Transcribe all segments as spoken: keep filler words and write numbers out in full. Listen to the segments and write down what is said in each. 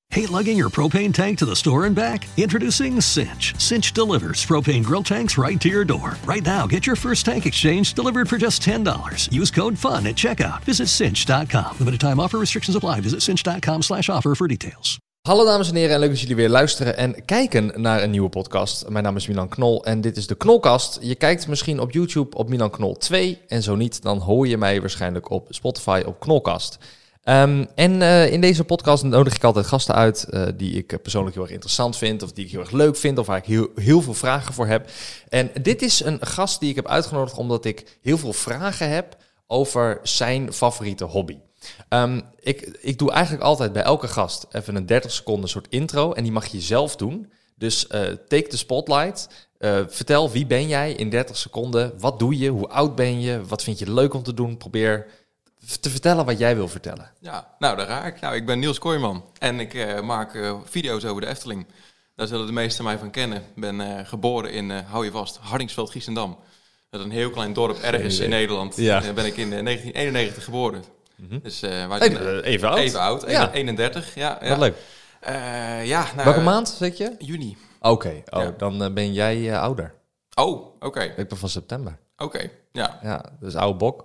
Hate lugging your propane tank to the store and back? Introducing Cinch. Cinch delivers propane grill tanks right to your door. Right now, get your first tank exchange delivered for just ten dollars. Use code FUN at checkout. Visit cinch dot com. Limited time offer, restrictions apply. Visit cinch dot com slash offer for details. Hallo dames en heren en leuk dat jullie weer luisteren en kijken naar een nieuwe podcast. Mijn naam is Milan Knol en dit is de Knolkast. Je kijkt misschien op YouTube op Milan Knol twee en zo niet, dan hoor je mij waarschijnlijk op Spotify op Knolkast. Um, en uh, in deze podcast nodig ik altijd gasten uit uh, die ik persoonlijk heel erg interessant vind of die ik heel erg leuk vind of waar ik heel, heel veel vragen voor heb. En dit is een gast die ik heb uitgenodigd omdat ik heel veel vragen heb over zijn favoriete hobby. Um, ik, ik doe eigenlijk altijd bij elke gast even een dertig seconden soort intro en die mag je zelf doen. Dus uh, take the spotlight. Uh, vertel, wie ben jij in dertig seconden? Wat doe je? Hoe oud ben je? Wat vind je leuk om te doen? Probeer te vertellen wat jij wil vertellen. Ja, nou daar ga ik. Nou, ik ben Niels Kooijman en ik uh, maak uh, video's over de Efteling. Daar zullen de meesten mij van kennen. Ik ben uh, geboren in, uh, hou je vast, Hardingsveld-Giessendam. Dat is een heel klein dorp ergens in Nederland. Ja. Daar ben ik in uh, negentien eenennegentig geboren. Mm-hmm. Dus, uh, waar hey, uh, even oud. Even oud, ja. eenendertig. Ja, ja. Wat leuk. Uh, ja, nou, welke maand, weet je? Juni. Oké, okay. oh, ja. dan uh, ben jij uh, ouder. Oh, oké. Okay. Ik ben van september. Oké, okay, ja. Ja, dus oude bok.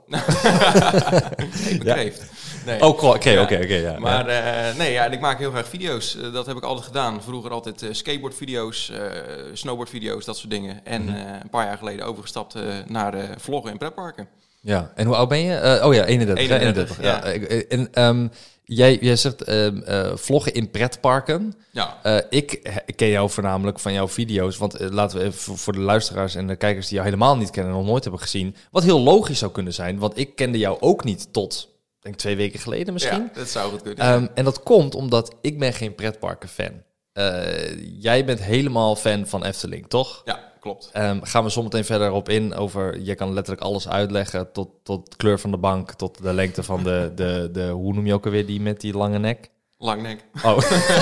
Ik bekreeft. Nee. Oh, oké, oké, oké. Ja. Maar uh, nee, ja, en ik maak heel graag video's. Uh, dat heb ik altijd gedaan. Vroeger altijd uh, skateboardvideo's, uh, snowboardvideo's, dat soort dingen. En mm-hmm. uh, een paar jaar geleden overgestapt uh, naar uh, vloggen in pretparken. Ja, en hoe oud ben je? Uh, oh ja, eenendertig. eenendertig, ja. ja. En um, jij, jij zegt uh, uh, vloggen in pretparken. Ja. Uh, ik ken jou voornamelijk van jouw video's. Want uh, laten we even voor de luisteraars en de kijkers die jou helemaal niet kennen en nog nooit hebben gezien. Wat heel logisch zou kunnen zijn. Want ik kende jou ook niet tot, denk twee weken geleden misschien. Ja, dat zou goed kunnen. Um, en dat komt omdat ik ben geen pretparken fan. Uh, jij bent helemaal fan van Efteling, toch? Ja. Klopt. Um, gaan we zometeen verder op in over, je kan letterlijk alles uitleggen, tot, tot kleur van de bank, tot de lengte van de, de, de, hoe noem je ook alweer die met die lange nek? Lang nek. Oh,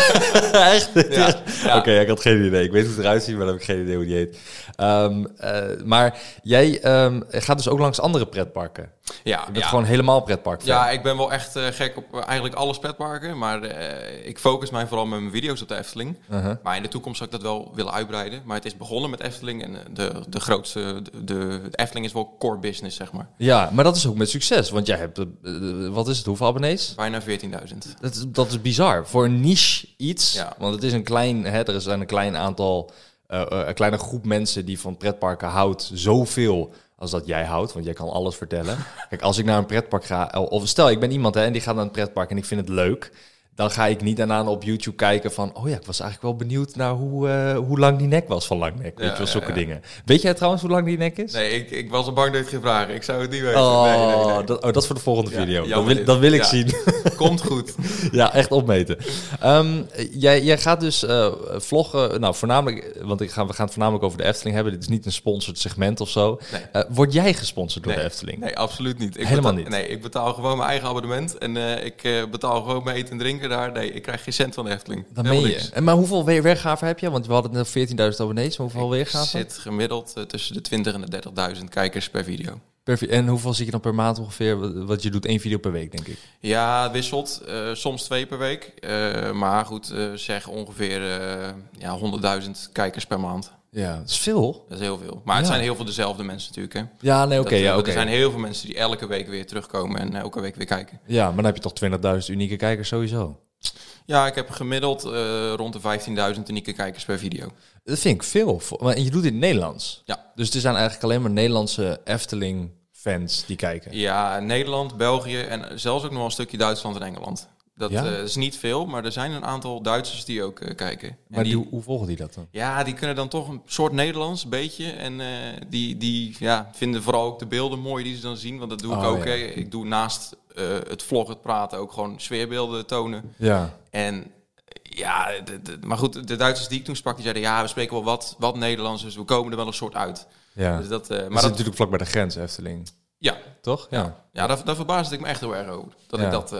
echt? Ja. ja. Oké, Okay, ja, ik had geen idee. Ik weet hoe het eruit ziet, maar dan heb ik geen idee hoe die heet. Um, uh, maar jij um, gaat dus ook langs andere pretparken. Ja. Je bent ja. gewoon helemaal pretpark. Ja, ik ben wel echt uh, gek op uh, eigenlijk alle pretparken. Maar uh, ik focus mij vooral met mijn video's op de Efteling. Uh-huh. Maar in de toekomst zou ik dat wel willen uitbreiden. Maar het is begonnen met Efteling. En de, de grootste, de, de, de Efteling is wel core business, zeg maar. Ja, maar dat is ook met succes. Want jij hebt, uh, wat is het, hoeveel abonnees? Bijna veertienduizend. Dat, dat is bizar. Voor een niche iets. Ja. Want het is een klein, hè, er zijn een klein aantal, uh, uh, een kleine groep mensen die van pretparken houdt zoveel als dat jij houdt, want jij kan alles vertellen. Kijk, als ik naar een pretpark ga, of stel ik ben iemand hè, en die gaat naar een pretpark en ik vind het leuk, dan ga ik niet daarna op YouTube kijken van, oh ja, ik was eigenlijk wel benieuwd naar hoe, uh, hoe lang die nek was van Langnek. Weet ja, je wel, zulke ja, ja. dingen. Weet jij trouwens hoe lang die nek is? Nee, ik, ik was al bang dat je het ging vragen. Ik zou het niet weten. Oh, nee, nee, nee. Dat, oh dat is voor de volgende ja, video. Dat wil, dat wil ik ja. zien. Komt goed. Ja, echt opmeten. Um, jij, jij gaat dus uh, vloggen, nou voornamelijk, want ik ga, we gaan het voornamelijk over de Efteling hebben. Dit is niet een sponsored segment of zo. Nee. Uh, word jij gesponsord door nee, de Efteling? Nee, absoluut niet. Ik Helemaal betaal, niet? Nee, ik betaal gewoon mijn eigen abonnement. En uh, ik uh, betaal gewoon mijn eten en drinken daar. Nee, ik krijg geen cent van de Efteling. Dan meen je. En maar hoeveel weergaven heb je? Want we hadden net veertienduizend abonnees. Maar hoeveel ik weergaven? Ik zit gemiddeld uh, tussen de twintig en de dertigduizend kijkers per video. Per vi- en hoeveel zie je dan per maand ongeveer? Want je doet één video per week, denk ik. Ja, het wisselt. Uh, soms twee per week. Uh, maar goed, uh, zeg ongeveer uh, ja, honderdduizend kijkers per maand. Ja, dat is veel. Dat is heel veel. Maar ja. Het zijn heel veel dezelfde mensen natuurlijk. Hè. Ja, nee, oké. Okay, ja, okay. Er zijn heel veel mensen die elke week weer terugkomen en elke week weer kijken. Ja, maar dan heb je toch twintigduizend unieke kijkers sowieso? Ja, ik heb gemiddeld uh, rond de vijftienduizend unieke kijkers per video. Dat vind ik veel. Maar je doet het in het Nederlands. Ja. Dus er zijn eigenlijk alleen maar Nederlandse Efteling-fans die kijken. Ja, Nederland, België en zelfs ook nog wel een stukje Duitsland en Engeland. Dat ja? uh, is niet veel, maar er zijn een aantal Duitsers die ook uh, kijken. Maar die, die, hoe volgen die dat dan? Ja, die kunnen dan toch een soort Nederlands, een beetje. En uh, die, die ja, vinden vooral ook de beelden mooi die ze dan zien. Want dat doe ik oh, ook. Ja. Hè. Ik doe naast uh, het vloggen, het praten ook gewoon sfeerbeelden tonen. Ja. En ja, de, de, maar goed, de Duitsers die ik toen sprak, die zeiden... ja, we spreken wel wat, wat Nederlands, dus we komen er wel een soort uit. Ja, dus dat, uh, maar dat is natuurlijk vlak bij de grens, Efteling. Ja. Toch? Ja, ja. ja daar, daar verbaasde ik me echt heel erg over. Dat ja. ik dat... Uh,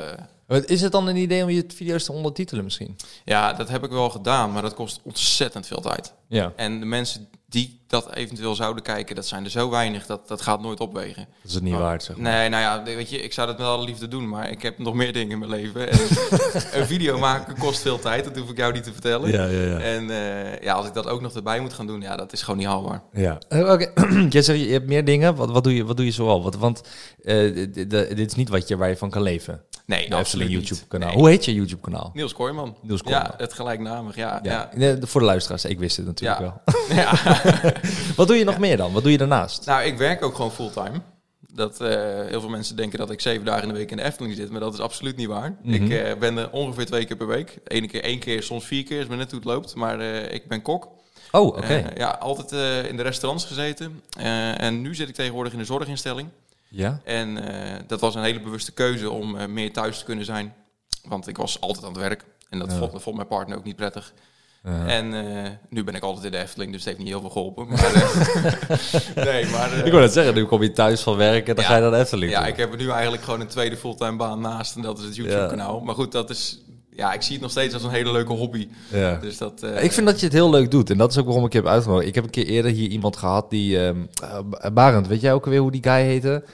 Is het dan een idee om je video's te ondertitelen misschien? Ja, dat heb ik wel gedaan, maar dat kost ontzettend veel tijd. Ja. En de mensen die dat eventueel zouden kijken, dat zijn er zo weinig, dat, dat gaat nooit opwegen. Dat is het niet maar, waard, zeg maar. Nee, nou ja, weet je, ik zou dat met alle liefde doen, maar ik heb nog meer dingen in mijn leven. En een video maken kost veel tijd, dat hoef ik jou niet te vertellen. Ja, ja, ja. En uh, ja, als ik dat ook nog erbij moet gaan doen, ja, dat is gewoon niet haalbaar. Ja. Uh, Oké, okay. Je zegt, je hebt meer dingen. Wat, wat doe je, wat doe je zoal? Wat, want uh, d- d- dit is niet wat je, waar je van kan leven. Nee, de absoluut YouTube-kanaal. Nee. Hoe heet je YouTube-kanaal? Niels Kooijman. Niels Kooijman. Ja, het gelijknamig, ja. ja. ja. Nee, voor de luisteraars, ik wist het natuurlijk ja. wel. Ja. Wat doe je nog ja. meer dan? Wat doe je daarnaast? Nou, ik werk ook gewoon fulltime. Dat, uh, heel veel mensen denken dat ik zeven dagen in de week in de Efteling zit, maar dat is absoluut niet waar. Mm-hmm. Ik uh, ben er ongeveer twee keer per week. Eén keer, één keer, soms vier keer, is maar net hoe het loopt. Maar uh, ik ben kok. Oh, oké. Okay. Uh, ja, altijd uh, in de restaurants gezeten. Uh, en nu zit ik tegenwoordig in de zorginstelling. Ja. En uh, dat was een hele bewuste keuze om uh, meer thuis te kunnen zijn. Want ik was altijd aan het werk. En dat ja. vond, vond mijn partner ook niet prettig. Uh-huh. En uh, nu ben ik altijd in de Efteling, dus het heeft niet heel veel geholpen. Maar, uh, nee, maar, uh, ik wil net zeggen, nu kom je thuis van werk en dan ja, ga je naar de Efteling. Ja, toe. Ik heb er nu eigenlijk gewoon een tweede fulltime baan naast. En dat is het YouTube-kanaal. Ja. Maar goed, dat is... Ja, ik zie het nog steeds als een hele leuke hobby. Ja. Dus dat, uh, ik vind dat je het heel leuk doet. En dat is ook waarom ik je heb uitgenodigd. Ik heb een keer eerder hier iemand gehad die... Um, uh, Barend, weet jij ook weer hoe die guy heette?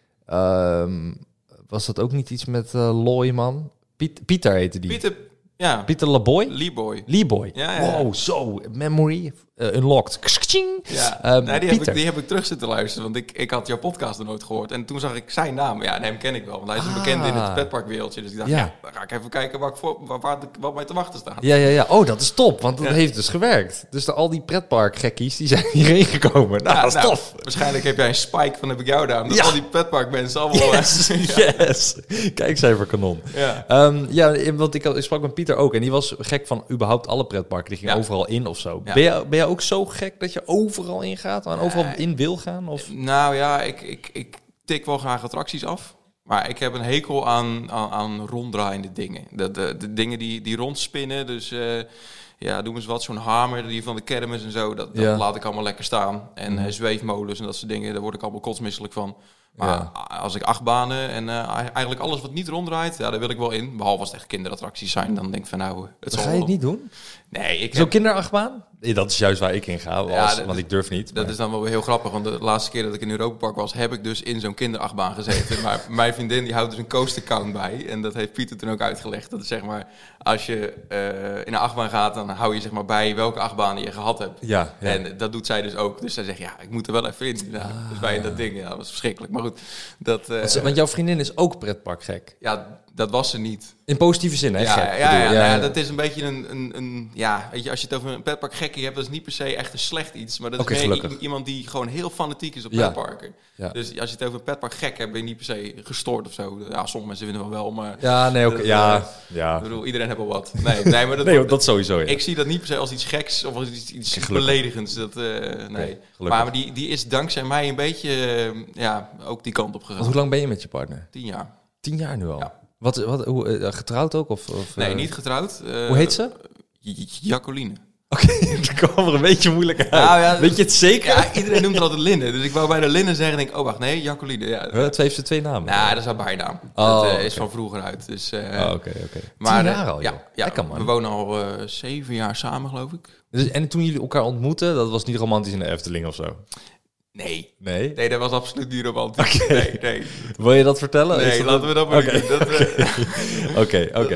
Um, was dat ook niet iets met uh, Looyman? Piet, Pieter heette die. Pieter... Ja. Pieter Leboy? Leeboy. Leeboy. Ja, ja, ja. Wow, zo. Memory uh, unlocked. Ja. Um, nee, die, heb ik, die heb ik terug zitten luisteren, want ik, ik had jouw podcast er nooit gehoord. En toen zag ik zijn naam. Ja, nee, hem ken ik wel, want hij is een ah. bekende in het petparkwereldje. Dus ik dacht, ja. ja, dan ga ik even kijken waar ik voor, waar, waar, wat mij te wachten staat. Ja, ja, ja. Oh, dat is top, want dat ja. heeft dus gewerkt. Dus de, al die pretparkgekkies, die zijn hierheen gekomen. Nou, ja, dat is nou, tof. Waarschijnlijk heb jij een spike van heb ik jou daar. Dat ja. al die petparkmensen allemaal... Yes, ja. yes. Kijkcijfer kanon. Ja, um, ja want ik, ik sprak met Pieter ook en die was gek van überhaupt alle pretparken. Die ging ja. overal in of zo. Ja. Ben, je, ben je ook zo gek dat je overal in gaat en overal uh, in wil gaan? Of? Nou ja, ik, ik, ik tik wel graag attracties af. Maar ik heb een hekel aan, aan, aan ronddraaiende dingen. De, de, de dingen die, die rondspinnen. Dus uh, ja, doe eens wat. Zo'n hamer die van de kermis en zo. Dat, dat ja. laat ik allemaal lekker staan. En uh, zweefmolens en dat soort dingen. Daar word ik allemaal kotsmisselijk van. Maar ja. als ik achtbanen en uh, eigenlijk alles wat niet ronddraait, ja, daar wil ik wel in. Behalve als het echt kinderattracties zijn, dan denk ik van nou... Het zal ga je het niet doen? Nee, ik Zo'n heb... kinderachtbaan? Ja, dat is juist waar ik in ga, als, ja, dat, want ik durf niet. Dat maar... is dan wel weer heel grappig, want de laatste keer dat ik in Europa Park was, heb ik dus in zo'n kinderachtbaan gezeten. Maar mijn vriendin die houdt dus een coaster-count bij. En dat heeft Pieter toen ook uitgelegd. Dat is zeg maar, als je uh, in een achtbaan gaat, dan hou je zeg maar bij welke achtbanen je gehad hebt. Ja, ja. En dat doet zij dus ook. Dus zij zegt, ja, ik moet er wel even in. Nou, ah. Dus bij dat ding, ja, dat was verschrikkelijk. Maar goed, dat... Uh, want jouw vriendin is ook pretparkgek. Ja, dat was ze niet. In positieve zin, hè? Ja, gek, ja, ja, ja, ja, ja, dat is een beetje een, een, een... Ja, weet je, als je het over een pretparkgekkie hebt, dat is niet per se echt een slecht iets. Maar dat is okay, meer i- iemand die gewoon heel fanatiek is op ja. pretparken. Ja. Dus als je het over een pretparkgek hebt, ben je niet per se gestoord of zo. Ja, sommige mensen vinden wel wel, maar... Ja, nee, oké. Okay, ja, uh, ja. Ik bedoel, iedereen heeft wel wat. Nee, nee, maar dat, nee, dat sowieso, ja. Ik zie dat niet per se als iets geks of als iets, iets beledigends. Dat, uh, nee. Okay, maar die, die is dankzij mij een beetje, uh, ja, ook die kant op gegaan. Want hoe lang ben je met je partner? Tien jaar. Tien jaar nu al? Ja. Wat, wat, hoe, uh, getrouwd ook? Of, of, nee, uh, niet getrouwd. Uh, hoe heet ze? J- Jacqueline. Oké, okay, dat kwam er een beetje moeilijk uit. Nou, ja, weet je het zeker? Ja, iedereen noemt het altijd Linne. Dus ik wou bijna Linne zeggen en denk, oh wacht, nee, Jacqueline. Ja, het heeft ze twee namen. Nou, dat is haar bijnaam. Oh, dat uh, okay. is van vroeger uit. Dus, uh, oh, oké, okay, oké. Okay. Tien jaar al, ja, joh. ja, Lekker, man. We wonen al uh, zeven jaar samen, geloof ik. Dus, en toen jullie elkaar ontmoetten, dat was niet romantisch in de Efteling of zo? Nee. Nee? Nee, dat was absoluut niet romantisch. Okay. Nee, nee. Wil je dat vertellen? Nee, dat laten we dat maar okay. niet doen. Oké, oké.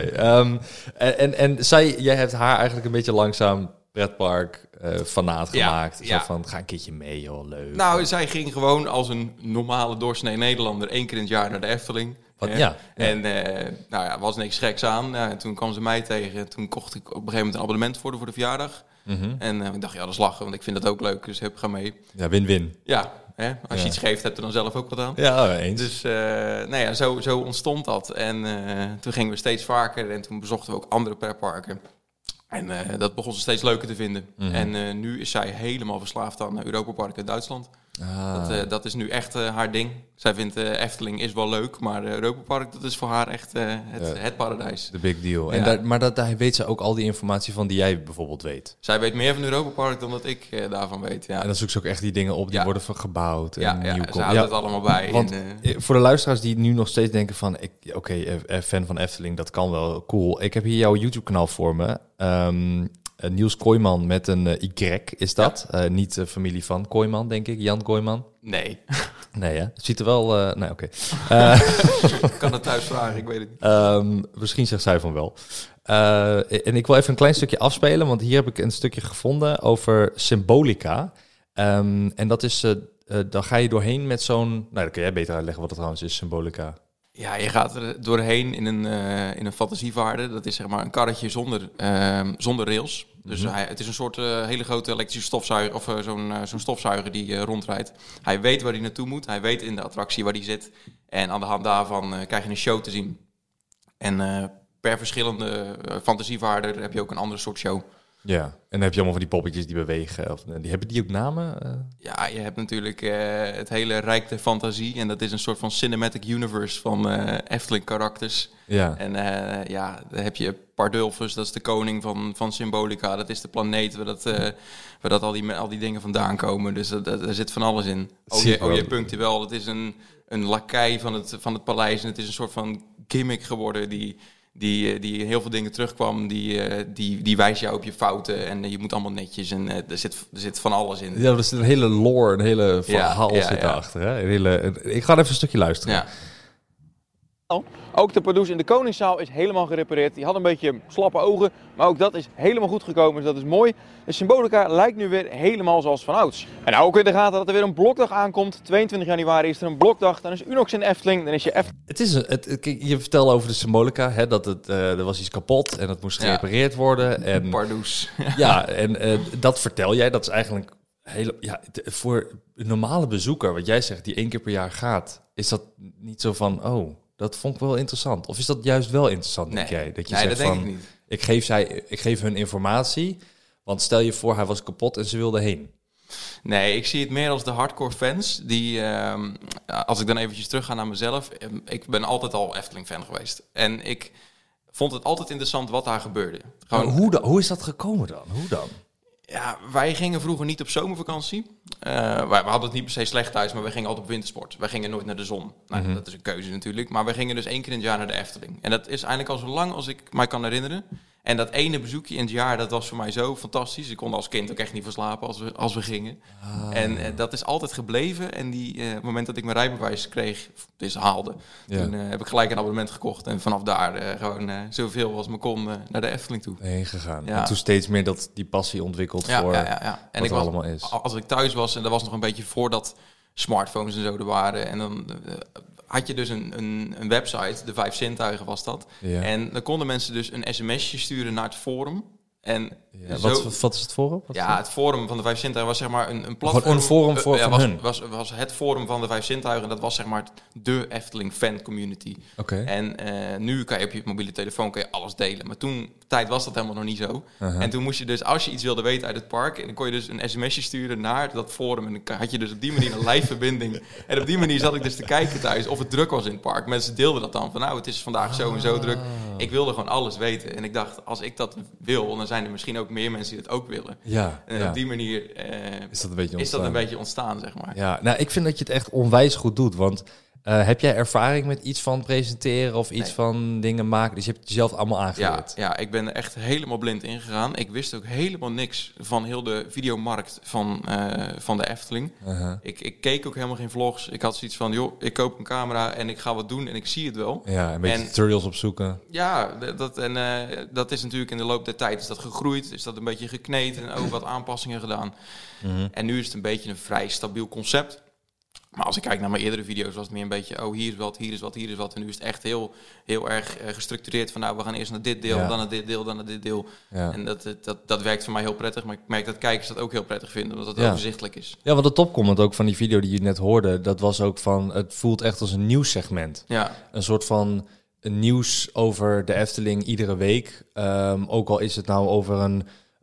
En, en, en zij, jij hebt haar eigenlijk een beetje langzaam pretpark uh, fanaat ja, gemaakt. Zo ja. van, ga een keertje mee, joh, leuk. Nou, zij ging gewoon als een normale doorsnee Nederlander één keer in het jaar naar de Efteling. Wat, ja. ja, ja. En uh, nou ja, was niks geks aan. Uh, toen kwam ze mij tegen. En toen kocht ik op een gegeven moment een abonnement voor de, voor de verjaardag. Mm-hmm. En uh, ik dacht, ja, dat is lachen, want ik vind dat ook leuk. Dus hup, ga mee. Ja, win-win. Ja, hè? Als ja. je iets geeft, heb je er dan zelf ook wat aan. Ja, eens. Dus uh, nou ja, zo, zo ontstond dat. En uh, toen gingen we steeds vaker. En toen bezochten we ook andere pretparken. En uh, dat begon ze steeds leuker te vinden. Mm-hmm. En uh, nu is zij helemaal verslaafd aan Europa Park in Duitsland. Ah. Dat, uh, dat is nu echt uh, haar ding. Zij vindt uh, Efteling is wel leuk, maar uh, Europa Park, dat is voor haar echt uh, het, ja, het paradijs. De big deal. Ja. En daar, maar dat, daar weet ze ook al die informatie van die jij bijvoorbeeld weet. Zij weet meer van Europa Park dan dat ik uh, daarvan weet, ja. En dan zoekt ze ook echt die dingen op die ja. worden gebouwd. En ja, ja, nieuw ze houdt ja. het allemaal bij. Want in, uh... voor de luisteraars die nu nog steeds denken van... Oké, okay, fan van Efteling, dat kan wel, cool. Ik heb hier jouw YouTube-kanaal voor me. Um, Uh, Niels Kooijman met een uh, Y is dat. Ja. Uh, niet de uh, familie van Kooijman, denk ik. Jan Kooijman. Nee. Nee, hè? Het ziet er wel... Uh, nee, oké. Okay. Uh, ik kan het thuis vragen, ik weet het niet. Um, misschien zegt zij van wel. Uh, en ik wil even een klein stukje afspelen, want hier heb ik een stukje gevonden over Symbolica. Um, en dat is... Uh, uh, dan ga je doorheen met zo'n... Nou, dan kun jij beter uitleggen wat het trouwens is, Symbolica. Ja, je gaat er doorheen in een, uh, in een fantasievaarder. Dat is zeg maar een karretje zonder, uh, zonder rails. Dus mm-hmm. hij, het is een soort uh, hele grote elektrische stofzuiger, of uh, zo'n, uh, zo'n stofzuiger die uh, rondrijdt. Hij weet waar hij naartoe moet. Hij weet in de attractie waar hij zit. En aan de hand daarvan uh, krijg je een show te zien. En uh, per verschillende uh, fantasievaarder heb je ook een andere soort show. Ja, en dan heb je allemaal van die poppetjes die bewegen. Of, die, hebben die ook namen? Uh... Ja, je hebt natuurlijk uh, het hele rijk der fantasie. En dat is een soort van cinematic universe van uh, Efteling-karakters. Ja. En uh, ja, dan heb je Pardulfus, dat is de koning van, van Symbolica. Dat is de planeet waar, dat, uh, waar dat al, die, al die dingen vandaan komen. Dus daar dat, dat zit van alles in. O J, O J Punctueel, dat is een, een lakai van het, van het paleis. En het is een soort van gimmick geworden die... Die, die heel veel dingen terugkwam, die, die, die wijst jou op je fouten en je moet allemaal netjes en er zit, er zit van alles in. Ja, er zit een hele lore, een hele verhaal ja, ja, zit erachter. Ja. Een hele, ik ga even een stukje luisteren. Ja. Ook de pardoes in de Koningszaal is helemaal gerepareerd. Die had een beetje slappe ogen, maar ook dat is helemaal goed gekomen, dus dat is mooi. De Symbolica lijkt nu weer helemaal zoals vanouds. En nou ook in de gaten dat er weer een blokdag aankomt. tweeëntwintig januari is er een blokdag, dan is Unox in Efteling, dan is je Efteling. Het is een, het, je vertelde over de Symbolica, hè, dat het, uh, er was iets kapot en dat moest gerepareerd ja. worden. En, pardoes. Ja, en uh, dat vertel jij, dat is eigenlijk heel, ja, voor een normale bezoeker, wat jij zegt, die één keer per jaar gaat, is dat niet zo van, oh... Dat vond ik wel interessant. Of is dat juist wel interessant, denk nee. jij? Dat je nee, zegt dat denk van, ik niet. Ik geef, zij, ik geef hun informatie, want stel je voor, hij was kapot en ze wilde heen. Nee, ik zie het meer als de hardcore fans. Die, uh, als ik dan eventjes terug ga naar mezelf. Ik ben altijd al Efteling-fan geweest. En ik vond het altijd interessant wat daar gebeurde. Gewoon, hoe, da- hoe is dat gekomen dan? Hoe dan? Ja, wij gingen vroeger niet op zomervakantie. Uh, wij, we hadden het niet per se slecht thuis, maar we gingen altijd op wintersport. Wij gingen nooit naar de zon. Nou, mm-hmm. Dat is een keuze natuurlijk. Maar we gingen dus één keer in het jaar naar de Efteling. En dat is eigenlijk al zo lang als ik mij kan herinneren. En dat ene bezoekje in het jaar, dat was voor mij zo fantastisch. Ik kon als kind ook echt niet verslapen als we, als we gingen. Ah. En uh, dat is altijd gebleven. En die, uh, het moment dat ik mijn rijbewijs kreeg, dus haalde, ja. toen uh, heb ik gelijk een abonnement gekocht. En vanaf daar uh, gewoon uh, zoveel als me kon uh, naar de Efteling toe. Heen gegaan. Ja. En toen steeds meer dat die passie ontwikkeld ja, voor ja, ja, ja. En wat ik was, allemaal is. Als ik thuis was, en dat was nog een beetje voordat smartphones en zo er waren. En dan... Uh, had je dus een, een, een website, de Vijf Zintuigen was dat. Ja. En dan konden mensen dus een sms'je sturen naar het forum. En ja, zo, wat, wat is het forum? Wat ja, het forum van de Vijf Zintuigen was zeg maar een, een platform. Gewoon een forum voor uh, van was, hun? Was, was, was het forum van de Vijf Zintuigen. En dat was zeg maar de Efteling fan community. Okay. En uh, nu kan je op je mobiele telefoon kan je alles delen. Maar toen tijd was dat helemaal nog niet zo. Uh-huh. En toen moest je dus, als je iets wilde weten uit het park, en dan kon je dus een sms'je sturen naar dat forum. En dan had je dus op die manier een live verbinding. En op die manier zat ik dus te kijken thuis of het druk was in het park. Mensen deelden dat dan van nou, het is vandaag zo en zo druk. Ik wilde gewoon alles weten. En ik dacht, als ik dat wil, dan zijn er misschien ook meer mensen die het ook willen. Ja, en ja. op die manier uh, is, dat een beetje is dat een beetje ontstaan, zeg maar. Ja, nou, ik vind dat je het echt onwijs goed doet, want uh, heb jij ervaring met iets van presenteren of iets nee. van dingen maken? Dus je hebt het jezelf allemaal aangeleerd. Ja, ja, ik ben er echt helemaal blind ingegaan. Ik wist ook helemaal niks van heel de videomarkt van, uh, van de Efteling. Uh-huh. Ik, ik keek ook helemaal geen vlogs. Ik had zoiets van, joh, ik koop een camera en ik ga wat doen en ik zie het wel. Ja, een beetje en, tutorials opzoeken. Ja, dat, en uh, dat is natuurlijk in de loop der tijd is dat gegroeid. Is dat een beetje gekneed en ook wat aanpassingen gedaan. Uh-huh. En nu is het een beetje een vrij stabiel concept. Maar als ik kijk naar mijn eerdere video's, was het meer een beetje... oh, hier is wat, hier is wat, hier is wat. En nu is het echt heel, heel erg uh, gestructureerd van... nou, we gaan eerst naar dit deel, ja. dan naar dit deel, dan naar dit deel. Ja. En dat, dat, dat werkt voor mij heel prettig. Maar ik merk dat kijkers dat ook heel prettig vinden, omdat het ja. overzichtelijk is. Ja, want de topcomment ook van die video die je net hoorde... dat was ook van, het voelt echt als een nieuwssegment. Ja. Een soort van nieuws over de Efteling iedere week. Um, ook al is het nou over een...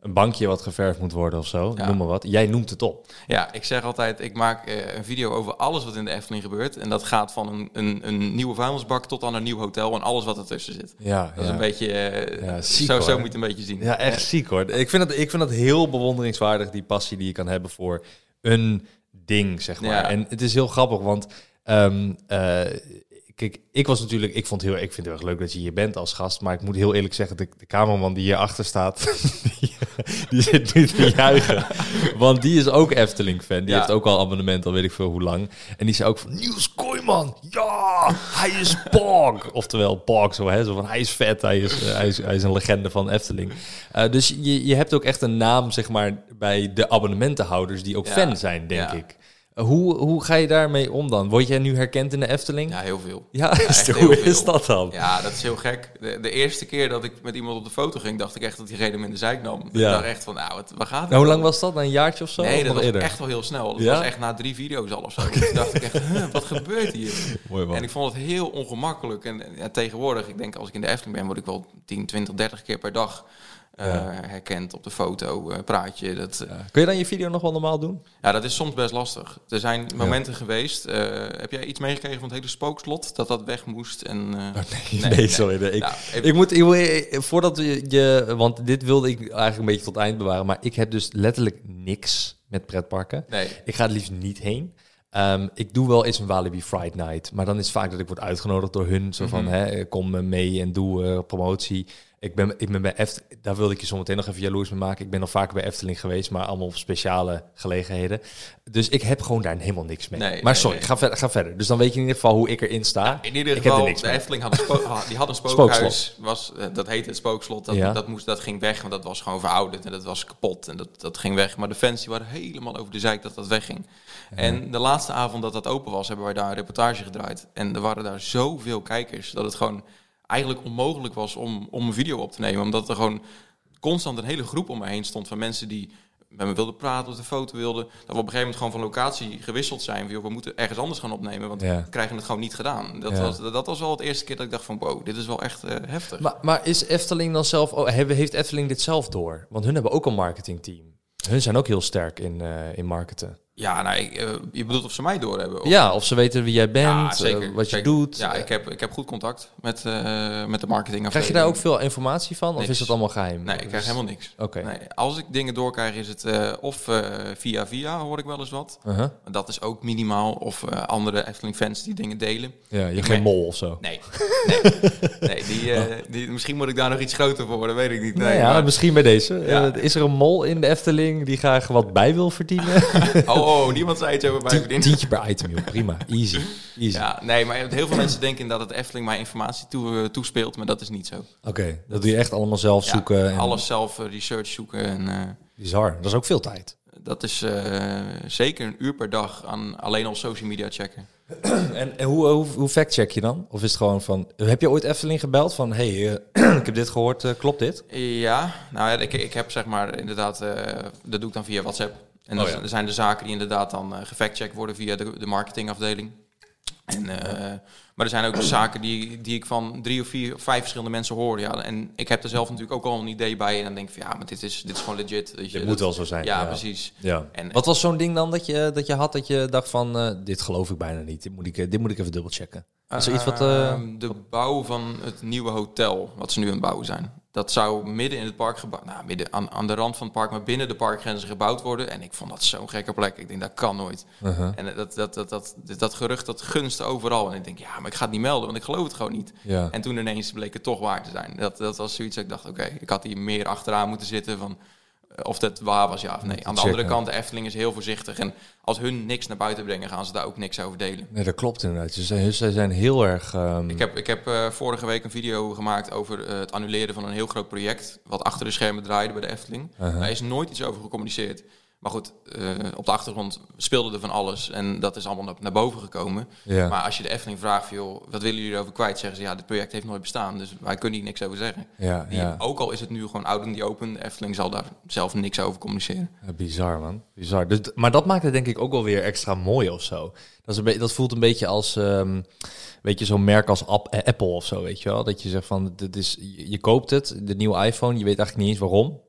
een bankje wat geverfd moet worden of zo. Ja. Noem maar wat. Jij noemt het op. Ja, ik zeg altijd, ik maak uh, een video over alles wat in de Efteling gebeurt. En dat gaat van een, een, een nieuwe vuilnisbak tot aan een nieuw hotel en alles wat ertussen zit. Ja, dat ja. is een beetje, uh, ja, ziek, zo, zo hoor. moet je het een beetje zien. Ja, echt ziek hoor. Ik vind, dat, ik vind dat heel bewonderingswaardig, die passie die je kan hebben voor een ding, zeg maar. Ja. En het is heel grappig, want um, uh, kijk, ik was natuurlijk, ik vond heel, ik vind het heel erg leuk dat je hier bent als gast, maar ik moet heel eerlijk zeggen, de, de cameraman die hierachter staat, die, die zit nu te juichen. Want die is ook Efteling-fan. Die Ja. heeft ook al abonnement, al weet ik veel hoe lang. En die zei ook van, Niels Kooijman, ja, hij is Pog. Oftewel Pog, zo, hè, zo van, hij is vet, hij is, uh, hij is, hij is een legende van Efteling. Uh, dus je, je hebt ook echt een naam, zeg maar, bij de abonnementenhouders die ook Ja. fan zijn, denk Ja. ik. Uh, hoe, hoe ga je daarmee om dan? Word jij nu herkend in de Efteling? Ja, heel veel. Ja, Ja, is echt de- heel hoe veel. is dat dan? Ja, dat is heel gek. De, de eerste keer dat ik met iemand op de foto ging, dacht ik echt dat diegene me in de zeik nam. Ja. Ik dacht echt van, nou, wat, waar gaat het? Nou, hoe lang over? was dat? Na een jaartje of zo? Nee, Of dat nog was eerder? echt wel heel snel. Dat Ja? was echt na drie video's al of zo. Toen dacht ik echt, huh, wat gebeurt hier? Mooi man. En ik vond het heel ongemakkelijk. En ja, tegenwoordig, ik denk als ik in de Efteling ben, word ik wel tien, twintig, dertig keer per dag uh, Ja. herkend op de foto, uh, praatje. Dat, Ja. Kun je dan je video nog wel normaal doen? ja, dat is soms best lastig. Er zijn momenten geweest. Uh, heb jij iets meegekregen van het hele spookslot? Dat dat weg moest? En, uh, Oh, nee, nee, sorry. Nee. Ik, Nou, even- ik moet, ik, wil- voordat je, je, want dit wilde ik eigenlijk een beetje tot eind bewaren, maar ik heb dus letterlijk niks met pretparken. nee. Ik ga het liefst niet heen. Um, ik doe wel eens een Walibi Fright Night, maar dan is het vaak dat ik word uitgenodigd door hun. Zo van, Mhm. hè, kom mee en doe uh, promotie. Ik ben, ik ben bij Efteling, daar wilde ik je zometeen nog even jaloers mee maken. Ik ben al vaker bij Efteling geweest, maar allemaal op speciale gelegenheden. Dus ik heb gewoon daar helemaal niks mee. Nee, maar nee, sorry, nee. Ga, verder, ga verder. Dus dan weet je in ieder geval hoe ik erin sta. In ieder Ik heb er geval, niks de mee. Efteling had een, spo- die had een spookhuis. Spookslot. Was, uh, dat heette het spookslot. Dat, Ja. dat, moest, dat ging weg, want dat was gewoon verouderd. En dat was kapot. En dat, dat ging weg. Maar de fans die waren helemaal over de zeik dat dat wegging. Ja. En de laatste avond dat dat open was, hebben wij daar een reportage gedraaid. En er waren daar zoveel kijkers dat het gewoon eigenlijk onmogelijk was om, om een video op te nemen. Omdat er gewoon constant een hele groep om me heen stond van mensen die met me wilden praten of de foto wilden. Dat we op een gegeven moment gewoon van locatie gewisseld zijn. Van, joh, we moeten ergens anders gaan opnemen, want Ja. we krijgen het gewoon niet gedaan. Dat, Ja. was, dat was wel het eerste keer dat ik dacht van, wow, dit is wel echt uh, heftig. Maar, maar is Efteling dan zelf, oh, hebben- heeft Efteling dit zelf door? Want hun hebben ook een marketingteam. Hun zijn ook heel sterk in, uh, in marketen. Ja, nou, ik, uh, je bedoelt of ze mij doorhebben? Of... Ja, of ze weten wie jij bent, Ja, zeker, uh, wat zeker. je doet. Ja, ik heb, ik heb goed contact met, uh, met de marketing. Krijg je daar ook veel informatie van? Of Niks. is dat allemaal geheim? Nee, ik krijg helemaal niks. Oké. Nee, als ik dingen doorkrijg, is het uh, of uh, via via, hoor ik wel eens wat. Uh-huh. Dat is ook minimaal. Of uh, andere Efteling-fans die dingen delen. Ja, je Ik hebt geen ben- mol of zo. Nee, nee, nee die, uh, die, misschien moet ik daar nog iets groter voor worden, weet ik niet. Nee, Nou ja, maar- misschien bij deze. Ja. Uh, is er een mol in de Efteling die graag wat bij wil verdienen? oh, oh, niemand zei iets over mij Tien- verdienen. Tientje per item, joh. Prima. Easy. Easy. Ja, nee, maar heel veel mensen denken dat het Efteling mij informatie toe, uh, toespeelt, maar dat is niet zo. Oké, dat doe je echt allemaal zelf Ja, zoeken. En alles zelf uh, research zoeken en uh, Bizar. Dat is ook veel tijd. dat is uh, zeker een uur per dag aan alleen al social media checken. En, en hoe, hoe, hoe fact-check je dan? Of is het gewoon van... Heb je ooit Efteling gebeld van... Hey, uh, ik heb dit gehoord, uh, klopt dit? Ja, nou ja, ik, ik heb zeg maar inderdaad, uh, dat doe ik dan via WhatsApp. En Oh dan ja. er zijn de zaken die inderdaad dan uh, gefactcheckt worden via de, de marketingafdeling. En, uh, maar er zijn ook zaken die, die ik van drie of vier of vijf verschillende mensen hoor. Ja, en ik heb er zelf natuurlijk ook al een idee bij. En dan denk ik van ja, maar dit is, dit is gewoon legit. Weet je, Dit dat- moet wel zo zijn. Ja, precies. Ja. En- Wat was zo'n ding dan dat je, dat je had dat je dacht van... Uh, dit geloof ik bijna niet. Dit moet ik, dit moet ik even dubbelchecken. Is er iets wat... Uh... Ehm, de bouw van het nieuwe hotel, wat ze nu aan het bouwen zijn. Dat zou midden in het park gebouwd, nou, midden aan, aan de rand van het park, maar binnen de parkgrenzen gebouwd worden. En ik vond dat zo'n gekke plek. Ik denk, dat kan nooit. Uh-huh. En dat, dat, dat, dat, dat, dat gerucht, dat gunst overal. En ik denk, ja, maar ik ga het niet melden, want ik geloof het gewoon niet. Ja. En toen ineens bleek het toch waar te zijn. Dat, dat was zoiets dat ik dacht, oké, ik had hier meer achteraan moeten zitten van... Of dat waar was, ja of nee. Aan de andere kant, de Efteling is heel voorzichtig. En als hun niks naar buiten brengen, gaan ze daar ook niks over delen. Nee, dat klopt inderdaad. Ze zijn, ze zijn heel erg... Um... Ik heb, ik heb uh, vorige week een video gemaakt over uh, het annuleren van een heel groot project. Wat achter de schermen draaide bij de Efteling. Uh-huh. Daar is nooit iets over gecommuniceerd. Maar goed, uh, op de achtergrond speelde er van alles. En dat is allemaal naar, naar boven gekomen. Ja. Maar als je de Efteling vraagt, van, joh, wat willen jullie erover kwijt? Zeggen ze, ja, dit project heeft nooit bestaan. Dus wij kunnen hier niks over zeggen. Ja, Die, ja. Ook al is het nu gewoon out in the open. De Efteling zal daar zelf niks over communiceren. Ja, bizar, man. Bizar. Dus, maar dat maakt het denk ik ook wel weer extra mooi of zo. Dat, is een be- dat voelt een beetje als... Um, weet je, zo'n merk als App- eh, Apple of zo, weet je wel? Dat je zegt van, dit is, je, je koopt het, de nieuwe iPhone, je weet eigenlijk niet eens waarom.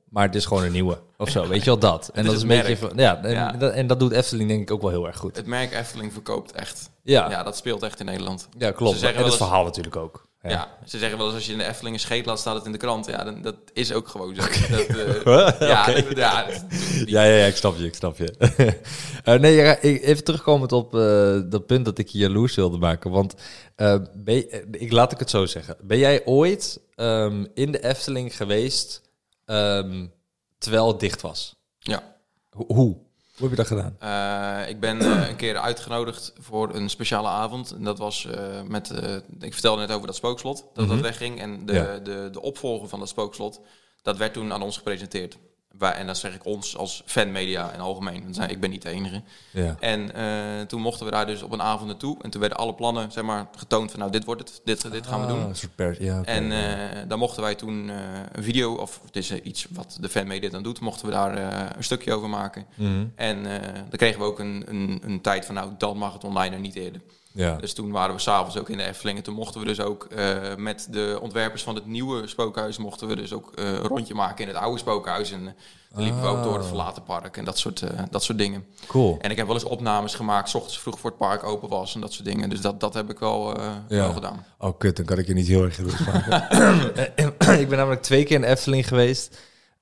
maar het is gewoon een nieuwe. Of zo, weet je wel dat. En dat is een merk. beetje van, ja, en, Ja. Dat, en dat doet Efteling denk ik ook wel heel erg goed. Het merk Efteling verkoopt echt. Ja, Ja, dat speelt echt in Nederland. ja klopt. Ze zeggen En wel het eens- verhaal natuurlijk ook. Ja. Ja. ze zeggen wel eens als je in de Efteling een scheet laat, staat het in de krant. Ja, dan, dat is ook gewoon zo. Dat, eh, Huh? ja, Oké. dat- ja, dat- Ja, ja, ja, ik snap je, ik snap je. uh, nee, ja, ik- even terugkomend op uh, dat punt dat ik je jaloers wilde maken. Want uh, ben je, ik laat ik het zo zeggen. Ben jij ooit um, in de Efteling geweest um, terwijl het dicht was? ja. Ho- hoe? Hoe heb je dat gedaan? Uh, ik ben uh, een keer uitgenodigd voor een speciale avond. En dat was uh, met... Uh, ik vertelde net over dat spookslot, dat Mm-hmm. dat wegging. En de, Ja. de, de opvolger van dat spookslot, dat werd toen aan ons gepresenteerd. Wij, en dat zeg ik ons als fanmedia in algemeen. Want zijn- ik ben niet de enige. Ja. En uh, toen mochten we daar dus op een avond naartoe. En toen werden alle plannen zeg maar, getoond van... nou, dit wordt het, dit, dit gaan we doen. Ah, een soort pers, ja, okay, En uh, ja. daar mochten wij toen uh, een video, of het is uh, iets wat de fanmedia dan doet, mochten we daar uh, een stukje over maken. Mm-hmm. En uh, dan kregen we ook een, een, een tijd van, nou, dan mag het online en niet eerder. Ja. Dus toen waren we s'avonds ook in de Efteling. En toen mochten we dus ook uh, met de ontwerpers van het nieuwe spookhuis, mochten we dus ook uh, een rondje maken in het oude spookhuis. En uh, dan liepen we ook door het verlaten park en dat soort, uh, dat soort dingen. Cool. En ik heb wel eens opnames gemaakt, 's ochtends vroeg voor het park open was en dat soort dingen. Dus dat, dat heb ik wel, uh, Ja. wel gedaan. Oh, kut, dan kan ik je niet heel erg jaloers maken. Ik ben namelijk twee keer in de Efteling geweest.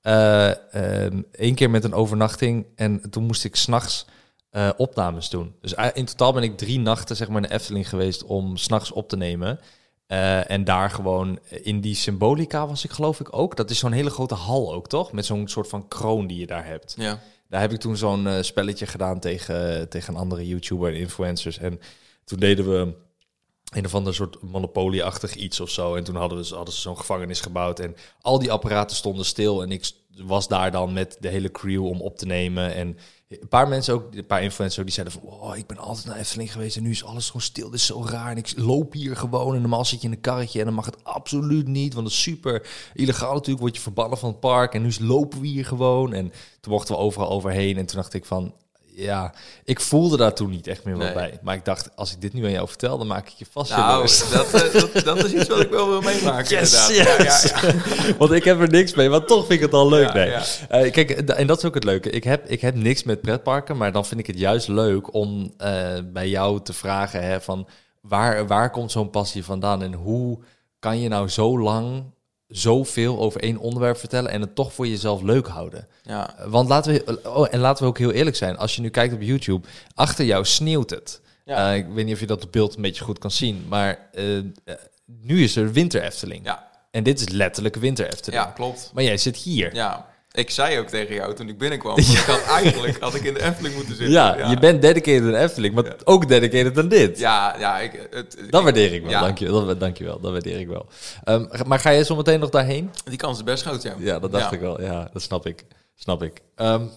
Eén uh, um, keer met een overnachting. En toen moest ik s'nachts uh, opnames doen. Dus uh, in totaal ben ik drie nachten zeg maar, in de Efteling geweest om 's nachts op te nemen. Uh, en daar gewoon in die Symbolica was ik geloof ik ook. Dat is zo'n hele grote hal ook, toch? Met zo'n soort van kroon die je daar hebt. Ja. Daar heb ik toen zo'n uh, spelletje gedaan tegen, tegen een andere YouTuber en influencers. En toen deden we een of ander soort Monopoly-achtig iets of zo. En toen hadden, we, hadden ze zo'n gevangenis gebouwd. En al die apparaten stonden stil. En ik was daar dan met de hele crew om op te nemen. En een paar mensen ook, een paar influencers ook, die zeiden van... Oh, ik ben altijd naar Efteling geweest en nu is alles gewoon stil. Dit is zo raar. En ik loop hier gewoon. En normaal zit je in een karretje en dan mag het absoluut niet. Want dat is super illegaal natuurlijk. Word je verbannen van het park. En nu lopen we hier gewoon. En toen mochten we overal overheen. En toen dacht ik van... Ja, ik voelde daar toen niet echt meer wat Nee. bij. Maar ik dacht, als ik dit nu aan jou vertel, dan maak ik je vast Nou, jaloers. dat, uh, dat, dat is iets wat ik wel wil meemaken. Yes, inderdaad. yes. Ja, ja, ja. Want ik heb er niks mee, maar toch vind ik het al leuk. Ja, nee. ja. Uh, kijk, en dat is ook het leuke. Ik heb, ik heb niks met pretparken, maar dan vind ik het juist leuk om uh, bij jou te vragen hè, van waar, waar komt zo'n passie vandaan en hoe kan je nou zo lang zoveel over één onderwerp vertellen en het toch voor jezelf leuk houden. Ja. Want laten we, oh, en laten we ook heel eerlijk zijn. Als je nu kijkt op YouTube, achter jou sneeuwt het. Ja. Uh, ik weet niet of je dat op beeld een beetje goed kan zien, maar uh, uh, nu is er winter Efteling. Ja. En dit is letterlijk winter Efteling. Ja, klopt. Maar jij zit hier. Ja. Ik zei ook tegen jou toen ik binnenkwam, ja. ik had eigenlijk had ik in de Efteling moeten zitten. Ja, ja. Je bent dedicated aan Efteling, maar ja. ook dedicated aan dit. Ja, ja. Ik, het, dat waardeer ik wel, ja. dank je, dat, dank je wel, dat waardeer ik wel. Um, maar ga jij zo meteen nog daarheen? Die kans is best groot, ja. Ja, dat dacht ja. ik wel, ja, dat snap ik. Snap ik. Um,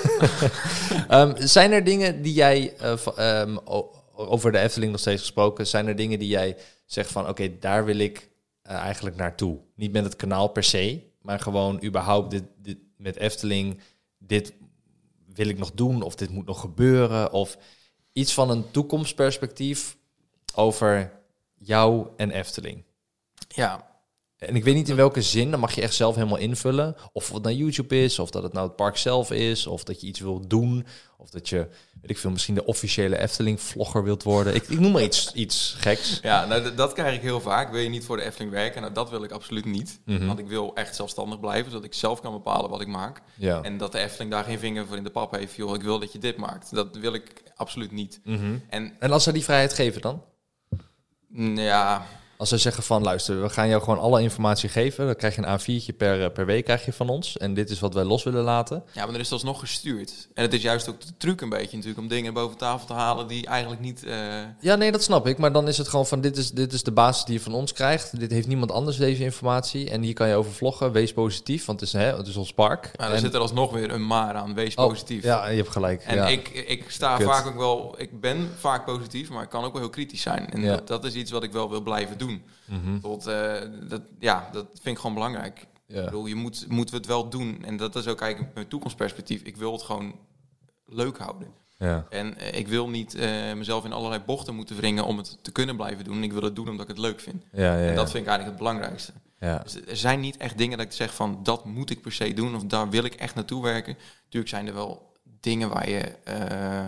um, zijn er dingen die jij, uh, um, over de Efteling nog steeds gesproken, zijn er dingen die jij zegt van, oké, okay, daar wil ik uh, eigenlijk naartoe? Niet met het kanaal per se, maar gewoon überhaupt dit, dit met Efteling, dit wil ik nog doen of dit moet nog gebeuren of iets van een toekomstperspectief over jou en Efteling. Ja. En ik weet niet in welke zin, dan mag je echt zelf helemaal invullen. Of het nou YouTube is, of dat het nou het park zelf is, of dat je iets wilt doen, of dat je, weet ik veel, misschien de officiële Efteling-vlogger wilt worden. Ik, ik noem maar iets, iets geks. Ja, nou, d- dat krijg ik heel vaak. Wil je niet voor de Efteling werken? Nou, dat wil ik absoluut niet. Mm-hmm. Want ik wil echt zelfstandig blijven, zodat ik zelf kan bepalen wat ik maak. Ja. En dat de Efteling daar geen vinger voor in de pap heeft. Joh, ik wil dat je dit maakt. Dat wil ik absoluut niet. Mm-hmm. En, en als ze die vrijheid geven dan? Ja... Als ze zeggen van, luister, we gaan jou gewoon alle informatie geven. Dan krijg je een A viertje per, per week krijg je van ons. En dit is wat wij los willen laten. Ja, maar er is alsnog gestuurd. En het is juist ook de truc een beetje natuurlijk om dingen boven tafel te halen die eigenlijk niet... Uh... Ja, nee, dat snap ik. Maar dan is het gewoon van, dit is, dit is de basis die je van ons krijgt. Dit heeft niemand anders, deze informatie. En hier kan je over vloggen. Wees positief, want het is, hè, het is ons park. Maar er en... zit er alsnog weer een maar aan. Wees oh, positief. Ja, je hebt gelijk. En ja. ik, ik sta Kut. vaak ook wel... Ik ben vaak positief, maar ik kan ook wel heel kritisch zijn. En ja. dat, dat is iets wat ik wel wil blijven doen. Mm-hmm. Tot, uh, dat, ja, dat vind ik gewoon belangrijk. Ja. Ik bedoel, je moet, moeten we het wel doen. En dat is ook eigenlijk mijn toekomstperspectief. Ik wil het gewoon leuk houden. Ja. En uh, ik wil niet uh, mezelf in allerlei bochten moeten wringen om het te kunnen blijven doen. Ik wil het doen omdat ik het leuk vind. Ja, ja, en dat ja. vind ik eigenlijk het belangrijkste. Ja. Dus er zijn niet echt dingen dat ik zeg van dat moet ik per se doen of daar wil ik echt naartoe werken. Natuurlijk zijn er wel dingen waar je... Uh,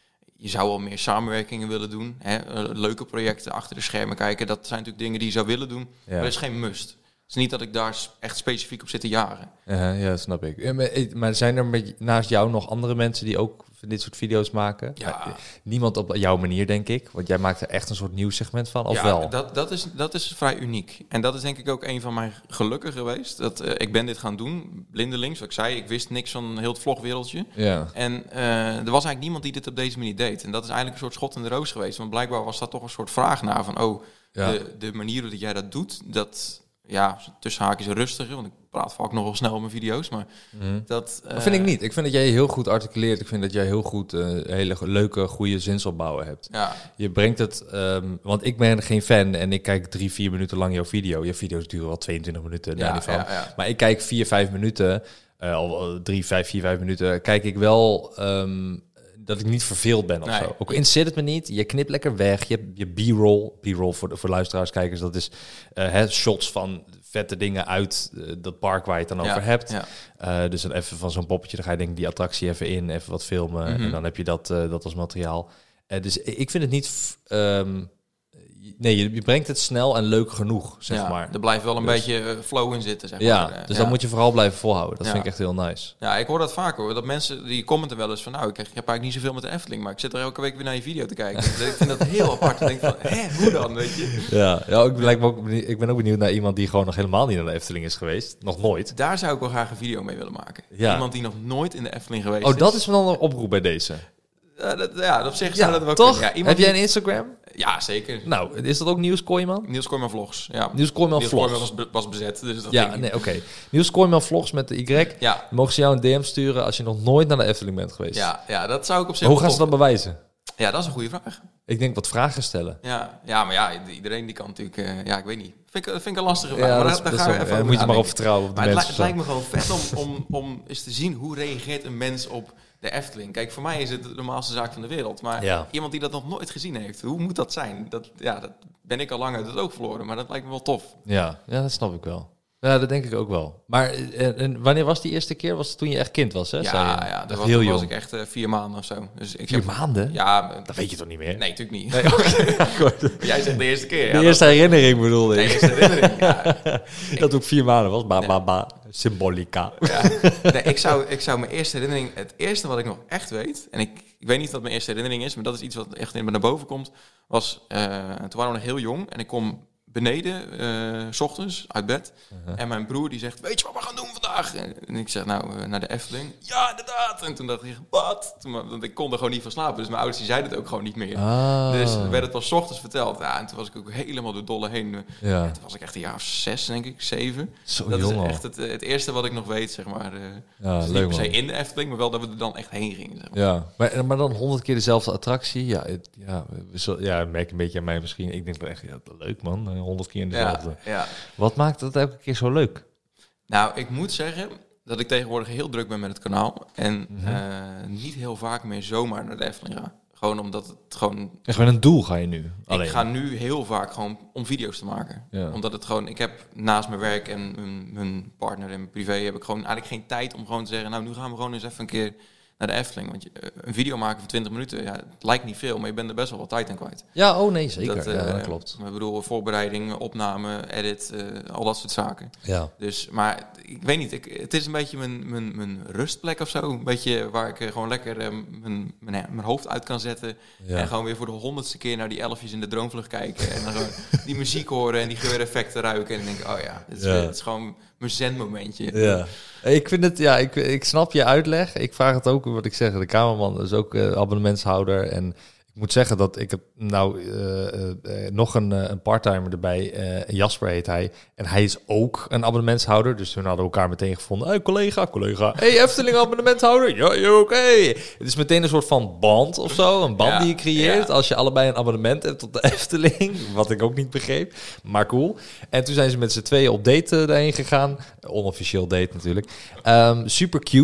je zou wel meer samenwerkingen willen doen. Hè? Uh, leuke projecten achter de schermen kijken. Dat zijn natuurlijk dingen die je zou willen doen. Ja. Maar dat is geen must. Het is niet dat ik daar echt specifiek op zit te jagen. Uh, ja, snap ik. Ja, maar, maar zijn er met, naast jou nog andere mensen die ook dit soort video's maken? Ja. Uh, niemand op jouw manier, denk ik. Want jij maakt er echt een soort nieuwssegment van, of ja, wel? Dat, dat, is, dat is vrij uniek. En dat is denk ik ook een van mijn gelukken geweest. Dat uh, ik ben dit gaan doen, blindelings. Wat ik zei, ik wist niks van heel het vlogwereldje. Ja. En uh, er was eigenlijk niemand die dit op deze manier deed. En dat is eigenlijk een soort schot in de roos geweest. Want blijkbaar was dat toch een soort vraag naar van... oh, ja. de, de manier dat jij dat doet, dat... Ja, tussen haakjes rustiger, want ik praat vaak nog wel snel op mijn video's, maar mm. dat... Uh... dat vind ik niet. Ik vind dat jij heel goed articuleert. Ik vind dat jij heel goed uh, hele leuke, goede zinsopbouwen hebt. Ja. Je brengt het... Um, want ik ben geen fan en ik kijk drie, vier minuten lang jouw video. Je video's duren wel tweeëntwintig minuten, ja, daar niet van. Ja, ja. Maar ik kijk vier, vijf minuten, uh, al drie, vijf, vier, vijf minuten, kijk ik wel... Um, dat ik niet verveeld ben of nee. zo. Ook interesseert het me niet. Je knipt lekker weg. Je hebt je B-roll. B-roll voor, de, voor luisteraars, kijkers. Dat is uh, he, shots van vette dingen uit uh, dat park waar je het dan ja, over hebt. Ja. Uh, dus dan even van zo'n poppetje. Dan ga je denk ik die attractie even in. Even wat filmen. Mm-hmm. En dan heb je dat, uh, dat als materiaal. Uh, dus ik vind het niet... F- um, nee, je, je brengt het snel en leuk genoeg, zeg ja, maar. Er blijft wel een dus, beetje flow in zitten, zeg ja, maar. Dus ja. dat moet je vooral blijven volhouden. Dat ja. vind ik echt heel nice. Ja, ik hoor dat vaak hoor. Dat mensen die commenten wel eens van... nou, ik heb eigenlijk niet zoveel met de Efteling... maar ik zit er elke week weer naar je video te kijken. Dus ik vind dat heel apart. Ik denk van, hè, hoe dan, weet je? Ja, ja ik, ben ook, ik ben ook benieuwd naar iemand... die gewoon nog helemaal niet naar de Efteling is geweest. Nog nooit. Daar zou ik wel graag een video mee willen maken. Ja. Iemand die nog nooit in de Efteling geweest oh, is. Oh, dat is dan een oproep bij deze. Uh, dat, ja, op zich ja, zou dat wel toch? Ja, heb jij een Instagram? Ja, zeker. Nou, is dat ook Niels Kooijman? Niels Kooijman Vlogs, ja. Niels Kooijman Vlogs. Niels Kooijman was, was bezet, dus dat ja, nee, oké. Okay. Niels Kooijman Vlogs met de Y. Ja. Mogen ze jou een D M sturen als je nog nooit naar de Efteling bent geweest? Ja, ja dat zou ik op zich Hoe gaan ze dat bewijzen? Ja, dat is een goede vraag. Ik denk wat vragen stellen. Ja, ja maar ja, iedereen die kan natuurlijk... Uh, ja, ik weet niet. Vind ik, vind ik een lastige vraag. Ja, maar dat, daar, dat daar gaan we even ja, moet je maar op vertrouwen op de maar mensen. Het, li- het lijkt me gewoon vet om, om, om eens te zien... hoe reageert een mens op de Efteling. Kijk, voor mij is het de normaalste zaak van de wereld. Maar ja. iemand die dat nog nooit gezien heeft... hoe moet dat zijn? Dat, ja, dat ben ik al lang uit het oog verloren. Maar dat lijkt me wel tof. Ja, ja dat snap ik wel. Ja, dat denk ik ook wel. Maar en, en wanneer was die eerste keer? Was het toen je echt kind was, hè? Ja, ja, ja dat was, heel jong. was ik echt uh, vier maanden of zo. Dus ik vier heb, maanden? Ja. Dat weet je toch niet meer? Nee, natuurlijk niet. Nee, okay. Jij zegt de eerste keer. De ja, eerste dat, herinnering bedoelde ik. De eerste herinnering, ja. Dat ook vier maanden was. Ba, ba, ba. Symbolica. Ja. Nee, ik zou, ik zou mijn eerste herinnering... Het eerste wat ik nog echt weet... En ik, ik weet niet wat mijn eerste herinnering is... Maar dat is iets wat echt in me naar boven komt. Was... Uh, toen waren we nog heel jong. En ik kom... beneden, uh, 's ochtends, uit bed. Uh-huh. En mijn broer die zegt, weet je wat we gaan doen vandaag? En ik zeg, nou, uh, naar de Efteling. Ja, inderdaad. En toen dacht ik, wat? Toen, want ik kon er gewoon niet van slapen. Dus mijn ouders die zeiden het ook gewoon niet meer. Ah. Dus werd het pas 's ochtends verteld. Ja, en toen was ik ook helemaal door dolle heen. Ja. Ja, toen was ik echt een jaar of zes, denk ik, zeven. Zo dat jong is echt het, het eerste wat ik nog weet, zeg maar. Uh, ja, dus leuk, niet per se man. in de Efteling, maar wel dat we er dan echt heen gingen. Zeg maar. Ja, maar, maar dan honderd keer dezelfde attractie. Ja, het, ja, ja, merk een beetje aan mij misschien. Ik denk echt, ja, leuk man, honderd keer in dezelfde. Ja, ja. Wat maakt dat elke keer zo leuk? Nou, ik moet zeggen dat ik tegenwoordig heel druk ben met het kanaal. En mm-hmm. uh, niet heel vaak meer zomaar naar de Efteling ga. Gewoon omdat het gewoon... Echt gewoon een doel ga je nu? Alleen. Ik ga nu heel vaak gewoon om video's te maken. Ja. Omdat het gewoon... Ik heb naast mijn werk en mijn, mijn partner en mijn privé... heb ik gewoon eigenlijk geen tijd om gewoon te zeggen... nou, nu gaan we gewoon eens even een keer naar de Efteling. Want je, een video maken van twintig minuten, ja, het lijkt niet veel... maar je bent er best wel wat tijd aan kwijt. Ja, oh nee, zeker. Dat, uh, ja, dat klopt. Ik bedoel, voorbereiding, opname, edit, uh, al dat soort zaken. Ja. Dus, maar ik weet niet, ik, het is een beetje mijn, mijn, mijn rustplek of zo. Een beetje waar ik uh, gewoon lekker uh, mijn, mijn, mijn hoofd uit kan zetten. Ja. En gewoon weer voor de honderdste keer naar die elfjes in de droomvlucht kijken. En dan gewoon die muziek horen en die geureffecten ruiken. En dan denk ik, oh ja, het is, ja. het is gewoon mijn zenmomentje. Ja. Ik vind het, ja, ik, ik snap je uitleg. Ik vraag het ook, wat ik zeg, de cameraman is ook uh, abonnementshouder. En ik moet zeggen dat ik heb nou uh, uh, nog een, uh, een parttimer erbij. Uh, Jasper heet hij. En hij is ook een abonnementshouder. Dus toen hadden we elkaar meteen gevonden. Hey, collega, collega. Hey, Efteling abonnementhouder. Ja, je ook. Hey. Het is meteen een soort van band of zo. Een band ja, die je creëert. Ja. Als je allebei een abonnement hebt tot de Efteling. Wat ik ook niet begreep. Maar cool. En toen zijn ze met z'n tweeën op date uh, daarheen gegaan. Onofficieel date natuurlijk. Um, super cute.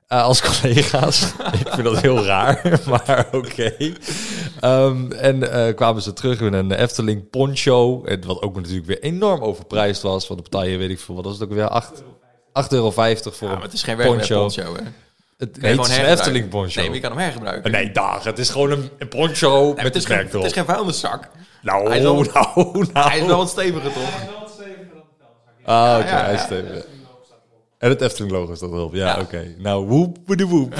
Uh, als collega's. Ik vind dat heel raar, maar oké. Okay. Um, en uh, kwamen ze terug in een Efteling poncho. En wat ook natuurlijk weer enorm overprijsd was. Want de partij, weet ik veel, wat was het ook weer? acht euro vijftig voor ja, een maar het is geen poncho. poncho, hè? Het heet een Efteling poncho. Nee, maar je kan hem hergebruiken. Nee, dag. Het is gewoon een, een poncho nee, met het een merk erop. Het is geen vuilniszak. Nou, hij is wel, nou, nou. Hij is wel wat steviger, toch? Hij is wel wat steviger dan de vuilniszak. Ah, oké, okay, ja, hij is ja, steviger. ja. En het Efteling-logo staat erop. Ja, ja. oké. Okay. Nou, woep, de woep.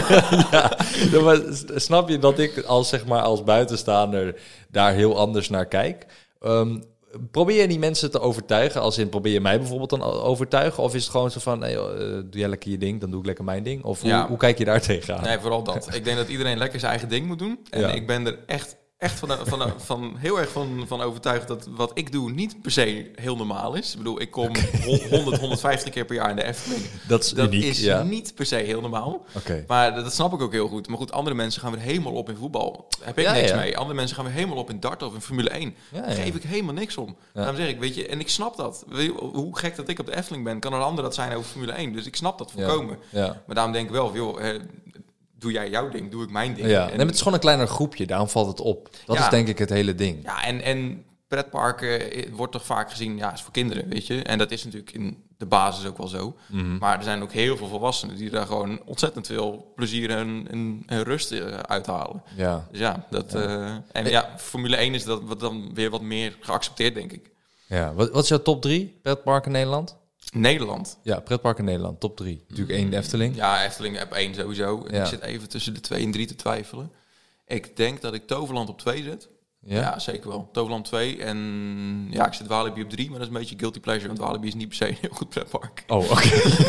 ja, maar snap je dat ik als, zeg maar, als buitenstaander daar heel anders naar kijk? Um, probeer je die mensen te overtuigen? Als in, probeer je mij bijvoorbeeld dan overtuigen? Of is het gewoon zo van, nee, uh, doe jij lekker je ding, dan doe ik lekker mijn ding? Of ja. hoe, hoe kijk je daar tegenaan? Nee, vooral dat. Ik denk dat iedereen lekker zijn eigen ding moet doen. En ja. ik ben er echt... Echt van, van, van, heel erg van, van overtuigd dat wat ik doe niet per se heel normaal is. Ik bedoel, ik kom okay. honderd, honderdvijftig keer per jaar in de Efteling. Dat is, dat uniek, is ja. niet per se heel normaal. Okay. Maar dat snap ik ook heel goed. Maar goed, andere mensen gaan weer helemaal op in voetbal. Daar heb ik ja, niks ja. mee. Andere mensen gaan weer helemaal op in darten of in Formule één. Ja, Daar ja. geef ik helemaal niks om. Ja. Daarom zeg ik, weet je, en ik snap dat. Weet je, hoe gek dat ik op de Efteling ben, kan een ander dat zijn over Formule één. Dus ik snap dat volkomen. Ja. Ja. Maar daarom denk ik wel, joh... Eh, doe jij jouw ding, doe ik mijn ding. Ja, en nee, het is gewoon een kleiner groepje, daarom valt het op. Dat ja. is denk ik het hele ding. Ja, en, en pretparken wordt toch vaak gezien, ja, is voor kinderen, weet je. En dat is natuurlijk in de basis ook wel zo. Mm-hmm. Maar er zijn ook heel veel volwassenen die daar gewoon ontzettend veel plezier en, en, en rust uithalen. Ja. Dus ja, dat... Ja. Uh, en ja, Formule één is dat wat dan weer wat meer geaccepteerd, denk ik. Ja, wat, wat is jouw top drie pretparken in Nederland? Nederland. Ja, pretpark in Nederland, top drie. Natuurlijk één de Efteling. Ja, Efteling heb één sowieso. En ja. Ik zit even tussen de twee en drie te twijfelen. Ik denk dat ik Toverland op twee zet. Ja? Ja, zeker wel. Toverland twee. En ja, ik zit Walibi op drie, maar dat is een beetje guilty pleasure. Want Walibi is niet per se een heel goed pretpark. Oh, oké.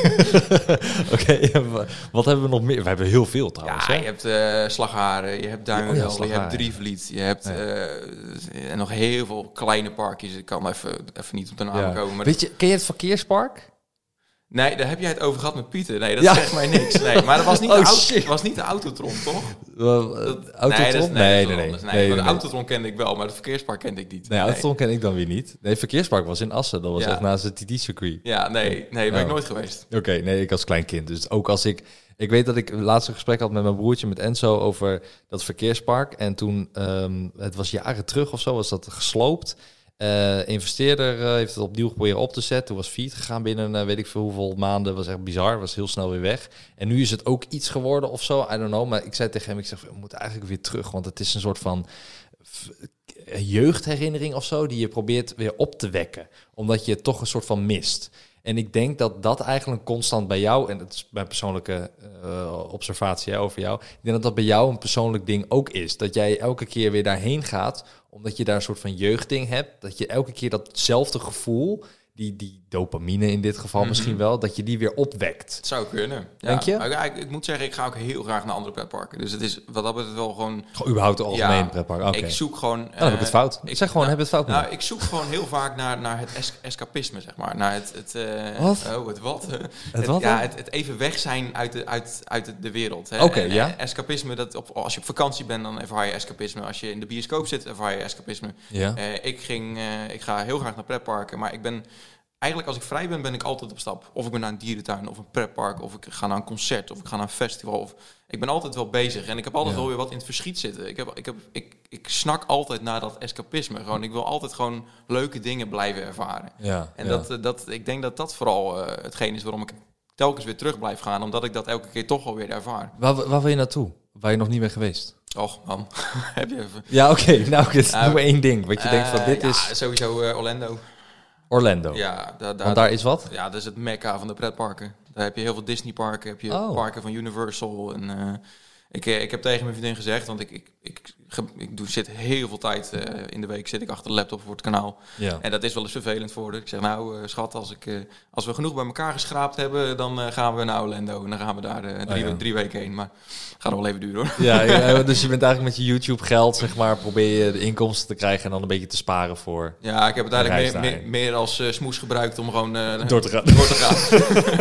Okay. Oké, okay. Wat hebben we nog meer? We hebben heel veel trouwens. Ja, hè? je hebt uh, Slagharen, je hebt Duinwel, oh, ja, je hebt Drievliet. Je hebt ja. uh, en nog heel veel kleine parkjes. Ik kan even, even niet op de naam ja. komen. Maar weet je, ken je het verkeerspark? Nee, daar heb jij het over gehad met Pieter. Nee, dat ja. zegt mij niks. Nee, maar dat was niet, oh, de, auto, was niet de Autotron, toch? Uh, dat, Autotron? Nee, dat is, nee, nee, nee, nee, nee, nee, nee de Autotron kende ik wel, maar het verkeerspark kende ik niet. Nee, nee. Autotron ken ik dan weer niet. Nee, het verkeerspark was in Assen. Dat was ja. echt naast het T T-circuit. Ja, nee, nee, ben ja. ik nooit geweest. Oké, okay, nee, ik als klein kind. Dus ook als ik... Ik weet dat ik het laatste gesprek had met mijn broertje, met Enzo, over dat verkeerspark. En toen, um, het was jaren terug of zo, was dat gesloopt. Uh, investeerder uh, heeft het opnieuw proberen op te zetten. Toen was failliet gegaan binnen uh, weet ik veel hoeveel maanden. Was echt bizar, was heel snel weer weg. En nu is het ook iets geworden of zo, I don't know. Maar ik zei tegen hem, ik zeg, we moeten eigenlijk weer terug. Want het is een soort van f- jeugdherinnering of zo, die je probeert weer op te wekken. Omdat je het toch een soort van mist. En ik denk dat dat eigenlijk constant bij jou, en dat is mijn persoonlijke uh, observatie hè, over jou, ik denk dat dat bij jou een persoonlijk ding ook is. Dat jij elke keer weer daarheen gaat, omdat je daar een soort van jeugdding hebt. Dat je elke keer datzelfde gevoel, die, die dopamine in dit geval mm-hmm. misschien wel, dat je die weer opwekt. Het zou kunnen. Ja. Denk je? Ja, ik, ik moet zeggen, ik ga ook heel graag naar andere pretparken. Dus het is wat dat betreft wel gewoon... Gewoon überhaupt de algemeen ja, pretpark? Okay. Ik zoek gewoon... Uh, dan heb ik het fout. Ik zeg gewoon, nou, heb het fout. Nou, ik zoek gewoon heel vaak naar, naar het es- escapisme, zeg maar. Naar het... het uh, wat? Oh, het wat? Het, het wat? Ja, het, het even weg zijn uit de, uit, uit de wereld. Oké, okay, en, ja. Escapisme, dat op, als je op vakantie bent, dan ervaar je escapisme. Als je in de bioscoop zit, ervaar je escapisme. Ja. Uh, ik, ging, uh, ik ga heel graag naar pretparken, maar ik ben... Eigenlijk als ik vrij ben, ben ik altijd op stap. Of ik ben naar een dierentuin, of een pretpark, of ik ga naar een concert, of ik ga naar een festival. Of... Ik ben altijd wel bezig en ik heb altijd ja. wel weer wat in het verschiet zitten. Ik, heb, ik, heb, ik, ik snak altijd naar dat escapisme. Gewoon, ik wil altijd gewoon leuke dingen blijven ervaren. Ja, en ja. Dat, dat, ik denk dat dat vooral uh, hetgeen is waarom ik telkens weer terug blijf gaan. Omdat ik dat elke keer toch alweer ervaar. Waar, waar wil je naartoe? Waar je nog niet bent geweest? Och man, heb je even... Ja, oké. Okay. Nou, het is uh, noem één ding. Wat je uh, denkt van dit ja, is... Sowieso uh, Orlando. Orlando. Ja, da, da, want daar is wat? Ja, dat is het mekka van de pretparken. Daar heb je heel veel Disney-parken, heb je oh. parken van Universal. En, uh, ik, ik heb tegen mijn vriendin gezegd, want ik, ik, ik, ik, ik doe, zit heel veel tijd uh, in de week zit ik achter de laptop voor het kanaal. Ja. En dat is wel eens vervelend voor haar. Ik zeg, nou uh, schat, als, ik, uh, als we genoeg bij elkaar geschraapt hebben, dan uh, gaan we naar Orlando. En dan gaan we daar uh, drie, oh, ja. drie weken heen. Maar gaat nog wel even duren hoor. Ja, ja, dus je bent eigenlijk met je YouTube geld, zeg maar, probeer je de inkomsten te krijgen en dan een beetje te sparen voor... Ja, ik heb het eigenlijk meer, meer, meer als uh, smoes gebruikt om gewoon uh, door te gaan. Door te gaan.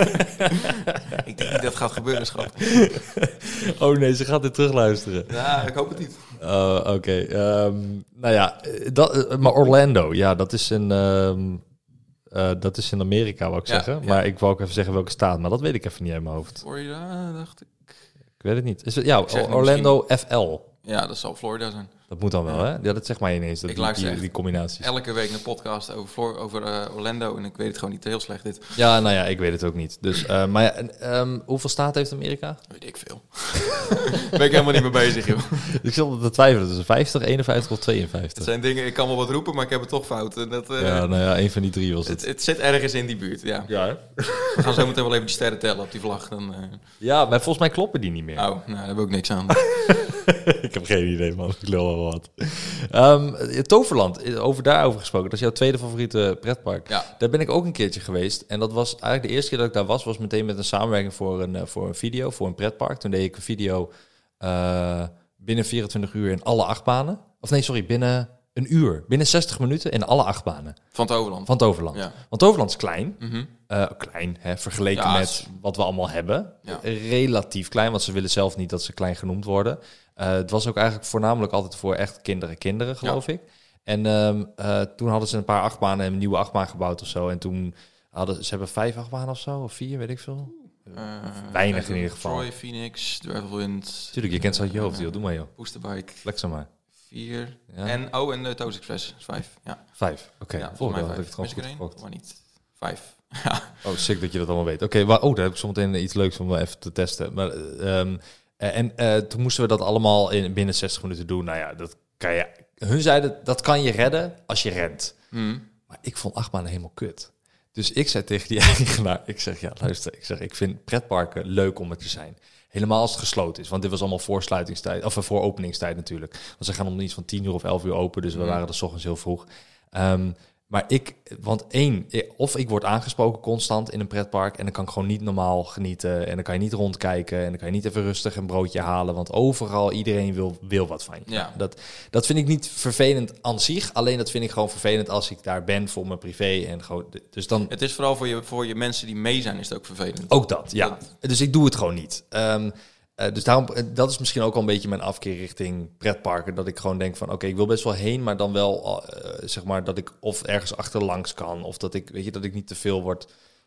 Ik denk niet dat gaat gebeuren, schat. Oh nee, ze gaat dit terugluisteren. Ja, ik hoop het niet. Uh, Oké, okay. um, nou ja, dat, uh, maar Orlando, ja, dat is een... Um, Uh, dat is in Amerika, wou ik Ja, zeggen. ja. Maar ik wou ook even zeggen welke staat. Maar dat weet ik even niet uit mijn hoofd. Florida, dacht ik. Ik weet het niet. Is het, ja, zeg nu Orlando F L. Ja, dat zal Florida zijn. Dat moet dan wel, hè? Ja, dat zeg maar ineens. Dat Ik die, luister die, echt die combinaties. Elke week een podcast over, Flor- over uh, Orlando. En ik weet het gewoon niet. Heel slecht dit. Ja, nou ja, ik weet het ook niet. Dus, uh, maar ja, en, um, hoeveel staten heeft Amerika? Weet ik veel. Ben ik helemaal niet mee bezig, joh. Ik zat op te twijfelen. Dus vijftig, eenenvijftig of tweeënvijftig. Het zijn dingen, ik kan wel wat roepen, maar ik heb het toch fout. En dat, uh, Ja, nou ja, één van die drie was het. het, het zit ergens in die buurt, ja. Ja, hè? We gaan zo meteen wel even die sterren tellen op die vlag. Dan, uh... Ja, maar volgens mij kloppen die niet meer. Oh, nou, daar heb ik ook niks aan. Ik heb geen idee, man. Ik lul wel wat. Um, Toverland, over daarover gesproken. Dat is jouw tweede favoriete pretpark. Ja. Daar ben ik ook een keertje geweest. En dat was eigenlijk de eerste keer dat ik daar was, was meteen met een samenwerking voor een, uh, voor een video, voor een pretpark. Toen deed ik een video uh, binnen vierentwintig uur in alle achtbanen. Of nee, sorry, binnen een uur. Binnen zestig minuten in alle achtbanen. Van het Overland. Van Toverland. Ja. Want Toverland is klein. Mm-hmm. Uh, klein, hè, vergeleken Ja, met is- wat we allemaal hebben. Ja. Relatief klein, want ze willen zelf niet dat ze klein genoemd worden. Uh, het was ook eigenlijk voornamelijk altijd voor echt kinderen, kinderen, geloof ik. En um, uh, toen hadden ze een paar achtbanen en een nieuwe achtbaan gebouwd of zo. En toen hadden ze hebben vijf achtbanen of zo, of vier, weet ik veel. Uh, Weinig in ieder geval. Troy, Phoenix, Dwervelwind. Tuurlijk, je kent ze uit je hoofd, uh, joh. Doe maar, joh. Boosterbike, Flex maar. vier. Ja. En, oh, en de Toast Express, is vijf. Ja, Vijf. Oké, ja okay. volgens mij had ik vijf. het gewoon Mis ik goed er één? gekocht. Maar niet. Vijf. Ja. Oh, sick dat je dat allemaal weet. Oké, okay, oh, daar heb ik zometeen iets leuks om wel even te testen. Maar, um, en uh, toen moesten we dat allemaal in binnen zestig minuten doen. Nou ja, dat kan je. Hun zeiden dat kan je redden als je rent. Hmm. Maar ik vond achtbanen helemaal kut. Dus ik zei tegen die eigenaar, ik zeg ja, luister, ik zeg ik vind pretparken leuk om er te zijn. Helemaal als het gesloten is, want dit was allemaal voor sluitingstijd, of voor openingstijd natuurlijk. Want ze gaan om iets van tien uur of elf uur open, dus we Hmm. waren er 's ochtends heel vroeg. Um, Maar ik, want één, of ik word aangesproken constant in een pretpark en dan kan ik gewoon niet normaal genieten en dan kan je niet rondkijken en dan kan je niet even rustig een broodje halen, want overal iedereen wil, wil wat van je. Ja. Dat, dat vind ik niet vervelend aan zich, alleen dat vind ik gewoon vervelend als ik daar ben voor mijn privé en gewoon, dus dan Het is vooral voor je, voor je mensen die mee zijn, is het ook vervelend. ook dat, ja. Dat- Dus ik doe het gewoon niet. Um, Uh, dus daarom, uh, dat is misschien ook al een beetje mijn afkeer richting pretparken. Dat ik gewoon denk van, oké, okay, ik wil best wel heen, maar dan wel, uh, zeg maar, dat ik of ergens achterlangs kan. Of dat ik, weet je, dat ik niet te veel word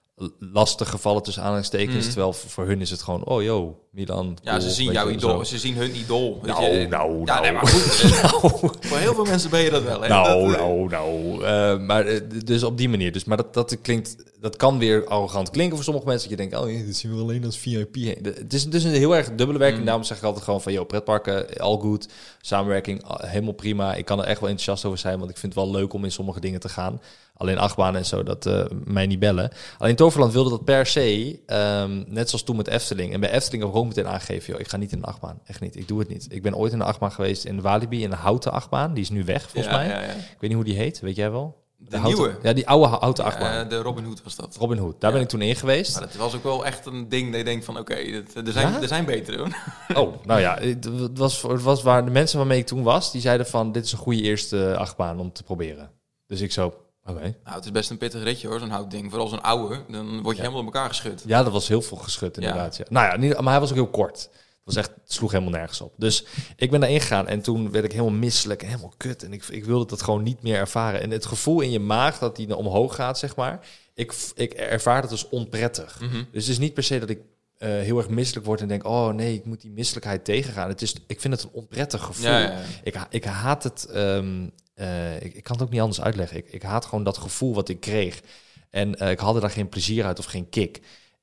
lastig gevallen tussen aanhalingstekens. Mm. Terwijl voor, voor hun is het gewoon, oh joh, Milan. Ja, cool, ze zien weet jouw je, idool. zo. Ze zien hun idool. weet Nou, je. nou, Ja, nou. nee, maar goed. nou. Voor heel veel mensen ben je dat wel, hè? Nou, dat, eh, nou, nou. Uh, maar uh, dus op die manier. Dus, maar dat, dat klinkt, dat kan weer arrogant klinken voor sommige mensen. Dat je denkt, oh, ja, dat zien we alleen als V I P. heen. Het is dus een heel erg dubbele werking. Mm. Daarom zeg ik altijd gewoon van, joh, pretparken, all good. Samenwerking, helemaal prima. Ik kan er echt wel enthousiast over zijn, want ik vind het wel leuk om in sommige dingen te gaan. Alleen achtbanen en zo, dat uh, mij niet bellen. Alleen Toverland wilde dat per se, um, net zoals toen met Efteling. En bij Efteling heb ik ook meteen aangegeven, joh, ik ga niet in een achtbaan. Echt niet, ik doe het niet. Ik ben ooit in een achtbaan geweest in Walibi, in een houten achtbaan. Die is nu weg, volgens ja, mij. Ja, ja. Ik weet niet hoe die heet, weet jij wel? De houten, nieuwe? Ja, die oude houten achtbaan. Ja, de Robin Hood was dat. Robin Hood, daar Ja. ben ik toen in geweest. Maar dat was ook wel echt een ding dat je denkt van, oké, okay, er zijn, Ja? er zijn betere. Hoor. Oh, nou ja, het was, het was waar de mensen waarmee ik toen was, die zeiden van, dit is een goede eerste achtbaan om te proberen. Dus ik zo, oké. Okay. Nou, het is best een pittig ritje hoor, zo'n houtding. Vooral zo'n oude, dan word je Ja. helemaal op elkaar geschud. Ja, dat was heel veel geschud inderdaad. Ja. Ja. Nou ja, niet, maar hij was ook heel kort. Het was echt, het sloeg helemaal nergens op. Dus ik ben daarin gegaan en toen werd ik helemaal misselijk en helemaal kut. En ik, ik wilde dat gewoon niet meer ervaren. En het gevoel in je maag dat die naar omhoog gaat, zeg maar. Ik, ik ervaar dat als onprettig. Mm-hmm. Dus het is niet per se dat ik uh, heel erg misselijk word en denk, oh nee, ik moet die misselijkheid tegengaan. Het is, ik vind het een onprettig gevoel. Ja, ja, ja. Ik, ik haat het, um, uh, ik, ik kan het ook niet anders uitleggen. Ik, ik haat gewoon dat gevoel wat ik kreeg. En uh, ik had er daar geen plezier uit of geen kick.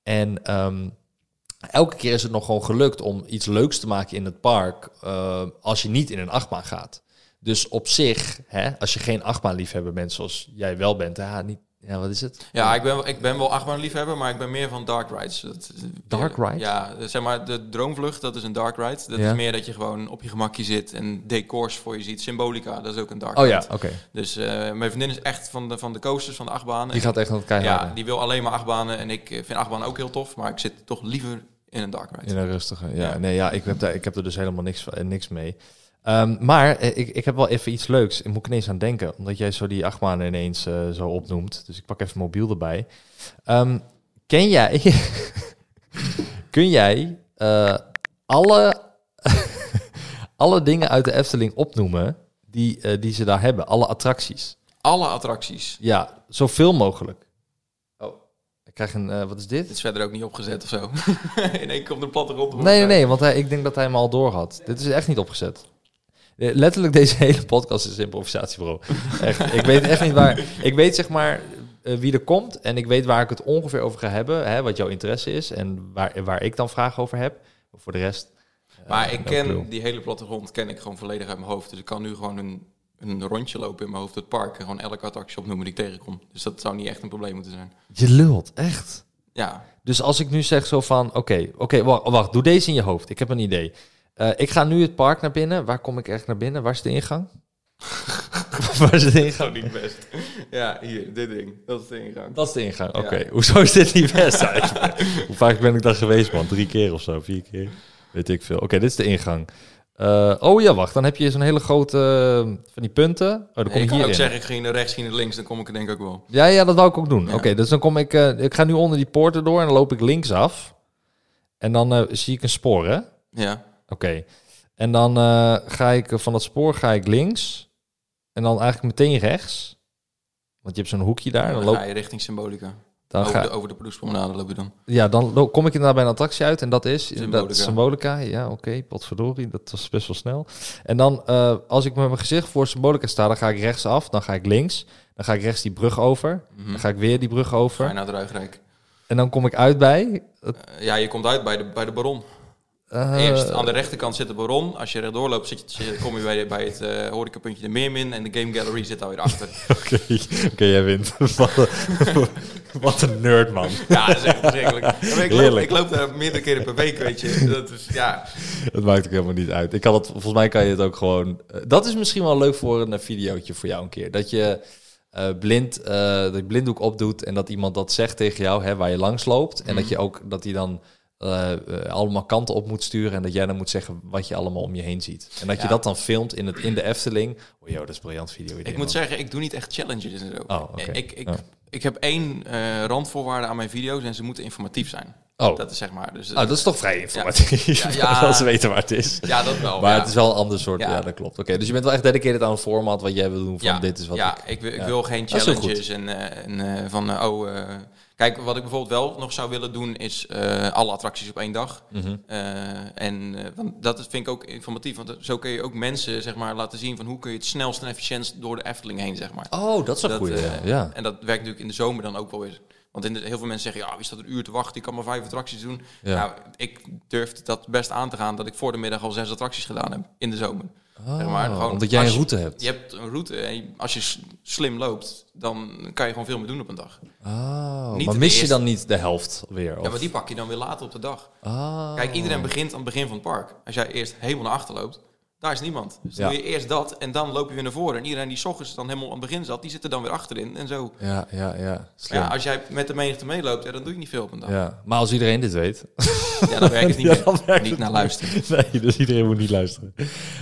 En um, elke keer is het nog gewoon gelukt om iets leuks te maken in het park uh, als je niet in een achtbaan gaat. Dus op zich, hè, als je geen achtbaanliefhebber bent zoals jij wel bent, ja, niet, ja wat is het? Ja, ik ben, ik ben wel achtbaanliefhebber, maar ik ben meer van dark rides. Dat, Dark ride? Ja, zeg maar de Droomvlucht, dat is een dark ride. Dat Ja. is meer dat je gewoon op je gemakje zit en decors voor je ziet. Symbolica, dat is ook een dark Oh ride. ja, oké. Okay. Dus uh, mijn vriendin is echt van de, van de coasters, van de achtbanen. Die gaat echt aan het keihard. Ja, die wil alleen maar achtbanen. En ik vind achtbanen ook heel tof, maar ik zit toch liever in een dark ride. In een rustige, ja. Ja. Nee, ja, ik heb, daar, ik heb er dus helemaal niks, niks mee. Um, maar eh, ik, ik heb wel even iets leuks. Ik moet ineens aan denken, omdat jij zo die achtbanen ineens uh, zo opnoemt. Dus ik pak even mobiel erbij. Um, ken jij... kun jij uh, alle, alle dingen uit de Efteling opnoemen die, uh, die ze daar hebben? Alle attracties? Alle attracties. Ja, zoveel mogelijk. Ik krijg een, uh, wat is dit? Dit is verder ook niet opgezet of zo. In één keer op de plattegrond. Nee, nee, nee, want hij, ik denk dat hij hem al door had. Dit is echt niet opgezet. Letterlijk, deze hele podcast is improvisatie, bro. Echt, ik weet echt niet waar... Ik weet zeg maar uh, wie er komt en ik weet waar ik het ongeveer over ga hebben. Hè, wat jouw interesse is en waar, waar ik dan vragen over heb. Voor de rest... Uh, maar ik ken clue. die hele plattegrond ken ik gewoon volledig uit mijn hoofd. Dus ik kan nu gewoon een, een rondje lopen in mijn hoofd, het park. En gewoon elke attractie opnoemen die ik tegenkom. Dus dat zou niet echt een probleem moeten zijn. Je lult, echt? Ja. Dus als ik nu zeg zo van... Oké, okay, oké, okay, wacht, wacht, doe deze in je hoofd. Ik heb een idee. Uh, ik ga nu het park naar binnen. Waar kom ik echt naar binnen? Waar is de ingang? Waar is de ingang? Dat niet best. Ja, hier, dit ding. Dat is de ingang. Dat is de ingang, oké. Okay. Ja. Hoezo is dit niet best eigenlijk? Hoe vaak ben ik daar geweest, man? Drie keer of zo, vier keer? Weet ik veel. Oké, okay, dit is de ingang. Uh, oh ja, wacht. Dan heb je zo'n hele grote uh, van die punten. Oh, dan kom nee, ik ik kan hier ook in. zeggen, ik ging naar rechts, ging naar links. Dan kom ik er denk ik ook wel. Ja, ja, dat wou ik ook doen. Ja. Oké, okay, dus dan kom ik... Uh, ik ga nu onder die poorten door en dan loop ik links af. En dan uh, zie ik een spoor, hè? Ja. Oké. Okay. En dan uh, ga ik uh, van dat spoor ga ik links. En dan eigenlijk meteen rechts. Want je hebt zo'n hoekje daar. Dan, dan dan loop... ga je richting Symbolica. Dan over, ga... de, over de Pardoespromenade loop je dan. Ja, dan lo- kom ik inderdaad bij een attractie uit. En dat is Symbolica. Dat Symbolica. Ja, oké. Okay, potverdorie. Dat was best wel snel. En dan, uh, als ik met mijn gezicht voor Symbolica sta, dan ga ik rechtsaf. Dan ga ik links. Dan ga ik rechts die brug over. Mm-hmm. Dan ga ik weer die brug over. Ga je naar het Ruigrijk. En dan kom ik uit bij... Het... Uh, ja, je komt uit bij de, bij de Baron. Uh, Eerst aan de rechterkant zit de Baron. Als je rechtdoor loopt, zit je, zit, kom je bij, bij het uh, horecapuntje de Meermin. En de Game Gallery zit daar weer achter. Oké, okay, okay, jij wint. wat, een, wat een nerd, man. Ja, dat is echt verschrikkelijk. Ik loop, ik loop daar meerdere keren per week, weet je. Dat is, ja. Het maakt ook helemaal niet uit. Ik kan het, volgens mij kan je het ook gewoon... Uh, dat is misschien wel leuk voor een videootje voor jou een keer. Dat je uh, blind, uh, dat je blinddoek opdoet en dat iemand dat zegt tegen jou, hè, waar je langs loopt. En mm. dat je ook, dat hij dan... Uh, uh, allemaal kanten op moet sturen en dat jij dan moet zeggen wat je allemaal om je heen ziet. En dat ja. je dat dan filmt in, het, in de Efteling. Oh joh, dat is een briljant video idee. Ik moet zeggen, ik doe niet echt challenges en zo. Oh, okay. ik, ik, oh. ik heb één uh, randvoorwaarde aan mijn video's en ze moeten informatief zijn. Oh. Dat is zeg maar. Dus, oh, dat is toch vrij informatief. Ja, ja, ja. Dat ze weten waar het is. Ja, dat wel. Maar ja. het is wel een ander soort. Ja, ja dat klopt. Oké, okay, dus je bent wel echt dedicated aan een format wat jij wil doen. Van ja. dit is wat. Ja, ik, ik, wil, ja. ik wil geen challenges en, uh, en uh, van uh, oh. Uh, Kijk, wat ik bijvoorbeeld wel nog zou willen doen is uh, alle attracties op één dag. Mm-hmm. Uh, en uh, want dat vind ik ook informatief, want zo kun je ook mensen zeg maar laten zien van hoe kun je het snelst en efficiëntst door de Efteling heen, zeg maar. Oh, dat is een goeie. Uh, ja. En dat werkt natuurlijk in de zomer dan ook wel weer. Want in de, heel veel mensen zeggen, ja, wie staat een uur te wachten? Ik kan maar vijf attracties doen. Ja. Nou, ik durf dat best aan te gaan dat ik voor de middag al zes attracties gedaan heb in de zomer. Oh, zeg maar, gewoon, omdat jij een route je, hebt. Je hebt een route en je, als je slim loopt, dan kan je gewoon veel meer doen op een dag. Oh, niet maar mis je dan niet de helft weer? Of? Ja, maar die pak je dan weer later op de dag. Oh. Kijk, iedereen begint aan het begin van het park. Als jij eerst helemaal naar achter loopt, daar is niemand. Dus dan ja. doe je eerst dat en dan loop je weer naar voren. En iedereen die 's ochtends dan helemaal aan het begin zat, die zit er dan weer achterin en zo. Ja, ja, ja. ja als jij met de menigte meeloopt, ja, dan doe je niet veel op een dag. Ja. Maar als iedereen dit weet... Ja, dan werkt het niet ja, meer. Werkt niet het naar luisteren. Nee, dus iedereen moet niet luisteren.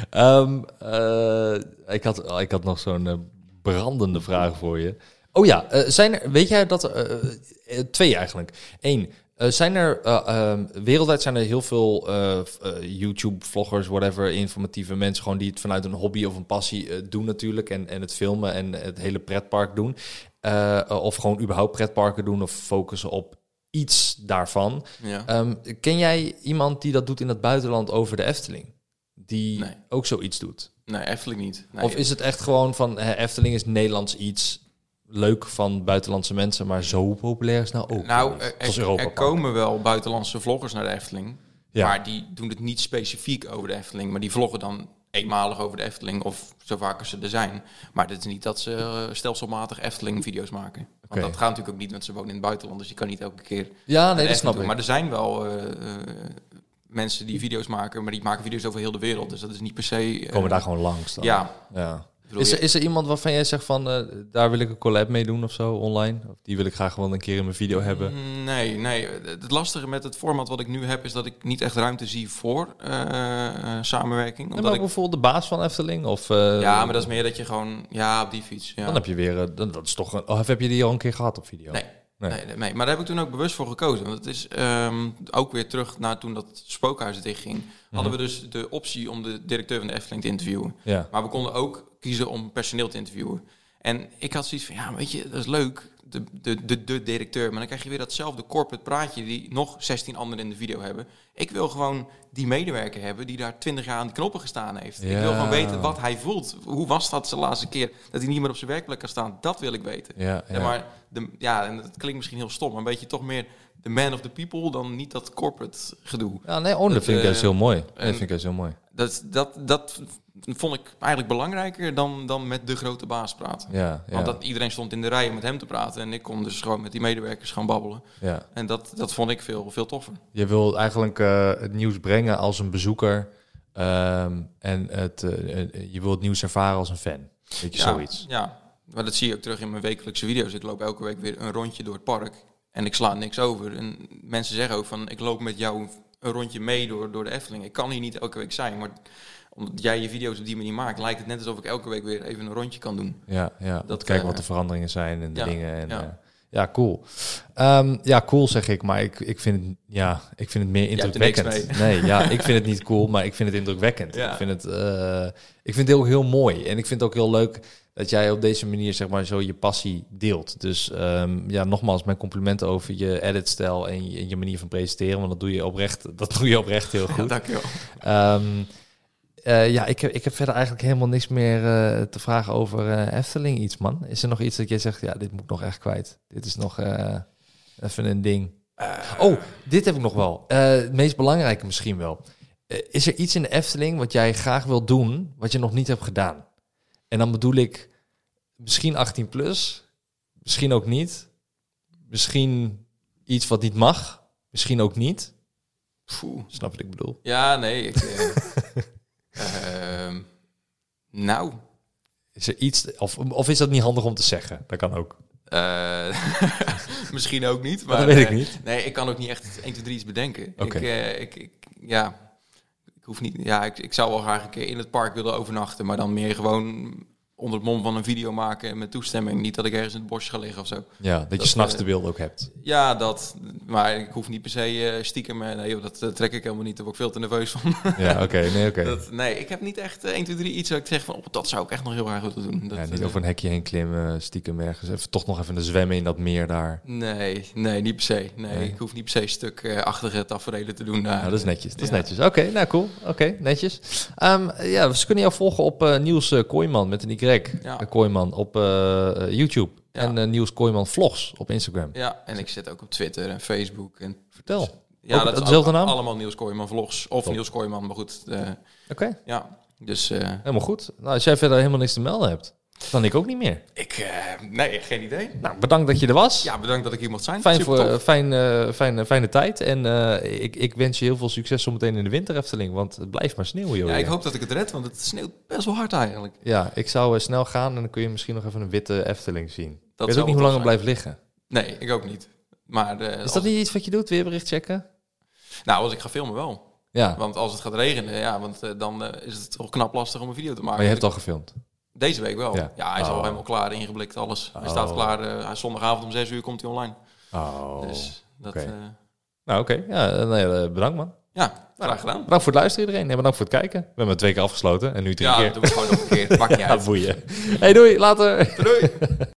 Um, uh, ik, had, ik had nog zo'n uh, brandende vraag voor je. Oh ja, uh, zijn er, weet jij dat... Uh, uh, twee eigenlijk. Eén, uh, zijn er... Uh, uh, wereldwijd zijn er heel veel uh, uh, YouTube-vloggers, whatever, informatieve mensen... gewoon die het vanuit een hobby of een passie uh, doen natuurlijk... En, en het filmen en het hele pretpark doen. Uh, of gewoon überhaupt pretparken doen of focussen op... iets daarvan. Ja. Um, ken jij iemand die dat doet in het buitenland over de Efteling? Die nee. ook zoiets doet? Nee, Efteling niet. Nee. Of is het echt gewoon van... Hè, Efteling is Nederlands iets leuk van buitenlandse mensen... maar zo populair is nou ook Nou, niet. er, er, er komen wel buitenlandse vloggers naar de Efteling... Ja. maar die doen het niet specifiek over de Efteling... maar die vloggen dan eenmalig over de Efteling... of zo vaak als ze er zijn. Maar het is niet dat ze uh, stelselmatig Efteling-video's maken. Want okay. dat gaat natuurlijk ook niet, want ze wonen in het buitenland... dus je kan niet elke keer... Ja, nee, dat snap doen. ik. Maar er zijn wel uh, uh, mensen die video's maken... maar die maken video's over heel de wereld. Dus dat is niet per se... Uh, komen daar gewoon langs dan? Ja. ja. Is er, is er iemand waarvan jij zegt van... Uh, daar wil ik een collab mee doen of zo, online? Of die wil ik graag wel een keer in mijn video hebben? Nee, nee. Het lastige met het format wat ik nu heb... is dat ik niet echt ruimte zie voor uh, uh, samenwerking. Omdat ja, ik bijvoorbeeld de baas van Efteling? Of, uh, ja, maar dat is meer dat je gewoon... Ja, op die fiets. Ja. Dan heb je weer... Uh, dat is toch een, of heb je die al een keer gehad op video? Nee. Nee. Nee, nee, maar daar heb ik toen ook bewust voor gekozen. Want het is um, ook weer terug naar toen dat spookhuis dichtging. Mm-hmm. Hadden we dus de optie om de directeur van de Efteling te interviewen. Ja. Maar we konden ook kiezen om personeel te interviewen. En ik had zoiets van, ja, weet je, dat is leuk. de, de, de, de directeur. Maar dan krijg je weer datzelfde corporate praatje die nog zestien anderen in de video hebben. Ik wil gewoon die medewerker hebben die daar twintig jaar aan de knoppen gestaan heeft. Ja. Ik wil gewoon weten wat hij voelt. Hoe was dat zijn laatste keer dat hij niet meer op zijn werkplek kan staan? Dat wil ik weten. Ja, ja. Ja, maar de, ja, en dat klinkt misschien heel stom, maar een beetje toch meer de man of the people dan niet dat corporate gedoe. Ja, nee, oh, dat, Dat, vind ik juist uh, heel mooi. Dat en- vind ik juist heel mooi. Dat, dat, dat vond ik eigenlijk belangrijker dan, dan met de grote baas praten. Ja, ja, Want dat, iedereen stond in de rij om met hem te praten. En ik kon dus gewoon met die medewerkers gaan babbelen. ja. En dat, dat vond ik veel, veel toffer. Je wil eigenlijk uh, het nieuws brengen als een bezoeker. Um, en het, uh, uh, je wil het nieuws ervaren als een fan. Weet je, Ja, zoiets. ja, maar dat zie je ook terug in mijn wekelijkse video's. Ik loop elke week weer een rondje door het park. En ik sla niks over. En mensen zeggen ook van, ik loop met jou een rondje mee door, door de Efteling. Ik kan hier niet elke week zijn, maar omdat jij je video's op die manier maakt, lijkt het net alsof ik elke week weer even een rondje kan doen. Ja, ja. Dat Dat, kijken uh, wat de veranderingen zijn en de ja, dingen. En, ja. ja. Uh, ja, cool. Um, ja, cool zeg ik, maar ik, ik, vind het, ja, ik vind het meer hebt er niks indrukwekkend. mee. Nee, ja, ik vind het niet cool, maar ik vind het indrukwekkend. Ja. Ik vind het, uh, ik vind het ook heel mooi. En ik vind het ook heel leuk dat jij op deze manier zeg maar zo je passie deelt. Dus um, ja, nogmaals mijn complimenten over je editstijl en je, je manier van presenteren, want dat doe je oprecht, dat doe je oprecht heel Ja, goed. dankjewel. Um, uh, ja, ik heb, ik heb verder eigenlijk helemaal niks meer uh, te vragen over uh, Efteling iets, man. Is er nog iets dat jij zegt, ja, dit moet ik nog echt kwijt. Dit is nog uh, even een ding. Uh, oh, dit heb ik nog wel. Uh, het meest belangrijke misschien wel. Uh, is er iets in de Efteling wat jij graag wil doen, wat je nog niet hebt gedaan? En dan bedoel ik misschien achttien plus, misschien ook niet. Misschien iets wat niet mag, misschien ook niet. Poeh. Snap wat ik bedoel? Ja, nee. Ik, uh, uh, nou... Is er iets, of, of is dat niet handig om te zeggen? Dat kan ook. Uh, misschien ook niet. Maar dat weet ik uh, niet. Nee, ik kan ook niet echt één, twee, drie iets bedenken. Okay. Ik, uh, ik, ik, ja, ik hoef niet. Ja, ik, ik zou wel graag een keer in het park willen overnachten, maar dan meer gewoon onder het mom van een video maken met toestemming. Niet dat ik ergens in het bos ga liggen of zo. Ja, dat, dat je 's nachts uh, de beelden ook hebt. Ja, dat. Maar ik hoef niet per se uh, stiekem. Uh, nee, dat uh, trek ik helemaal niet. Daar word ik veel te nerveus van. Ja, oké. Okay, nee, oké. Okay. Nee, ik heb niet echt uh, één, twee, drie iets waar ik zeg van, oh, dat zou ik echt nog heel graag willen doen. Dat, ja, niet uh, over een hekje heen klimmen, stiekem ergens. Even, toch nog even een zwemmen in dat meer daar. Nee, nee, niet per se. Nee, nee. Ik hoef niet per se stuk-achtige taferelen te doen daar. Nou, dat is netjes. Dat is ja. netjes. Oké, okay, nou cool. Oké, okay, netjes. Um, ja, ze kunnen jou volgen op uh, Niels uh, Kooijman met een Y. Ja. Uh, Kooijman op uh, YouTube. Ja. En uh, Niels Kooijman vlogs op Instagram. Ja, en ik zit ook op Twitter en Facebook. En Vertel. Ja, ook dat is dezelfde naam? allemaal Niels Kooijman vlogs. Of Top. Niels Kooijman, maar goed. Uh, Oké. Okay. Ja, dus... Uh, helemaal goed. Nou, als jij verder helemaal niks te melden hebt, dan ik ook niet meer. Ik, uh, nee, geen idee. Nou, bedankt dat je er was. Ja, bedankt dat ik hier mocht zijn. Fijn voor, uh, fijn, uh, fijn, uh, fijne tijd. En uh, ik, ik wens je heel veel succes zometeen in de winter Efteling, want het blijft maar sneeuwen. Joh, ja, ik hoop dat ik het red, want het sneeuwt best wel hard eigenlijk. Ja, ik zou uh, snel gaan en dan kun je misschien nog even een witte Efteling zien. Dat ik weet ook niet hoe lang het blijft liggen. Nee, ik ook niet. Maar, uh, is dat als... niet iets wat je doet, weerbericht checken? Nou, als ik ga filmen wel. Ja. Want als het gaat regenen, ja, want uh, dan uh, is het toch knap lastig om een video te maken. Maar je hebt al gefilmd? Deze week wel. Ja, ja hij is oh. al helemaal klaar, ingeblikt, alles. Oh. Hij staat klaar. Uh, zondagavond om zes uur komt hij online. Oh. Dus dat... Okay. Uh... Nou, oké. Okay. Ja, nee, bedankt man. Ja, graag gedaan. Bedankt voor het luisteren iedereen. En bedankt voor het kijken. We hebben twee keer afgesloten en nu drie ja, keer. Ja, dat doen we gewoon nog een keer. Maakt niet uit. Ja, boeien. Hey, doei. Later. Doei.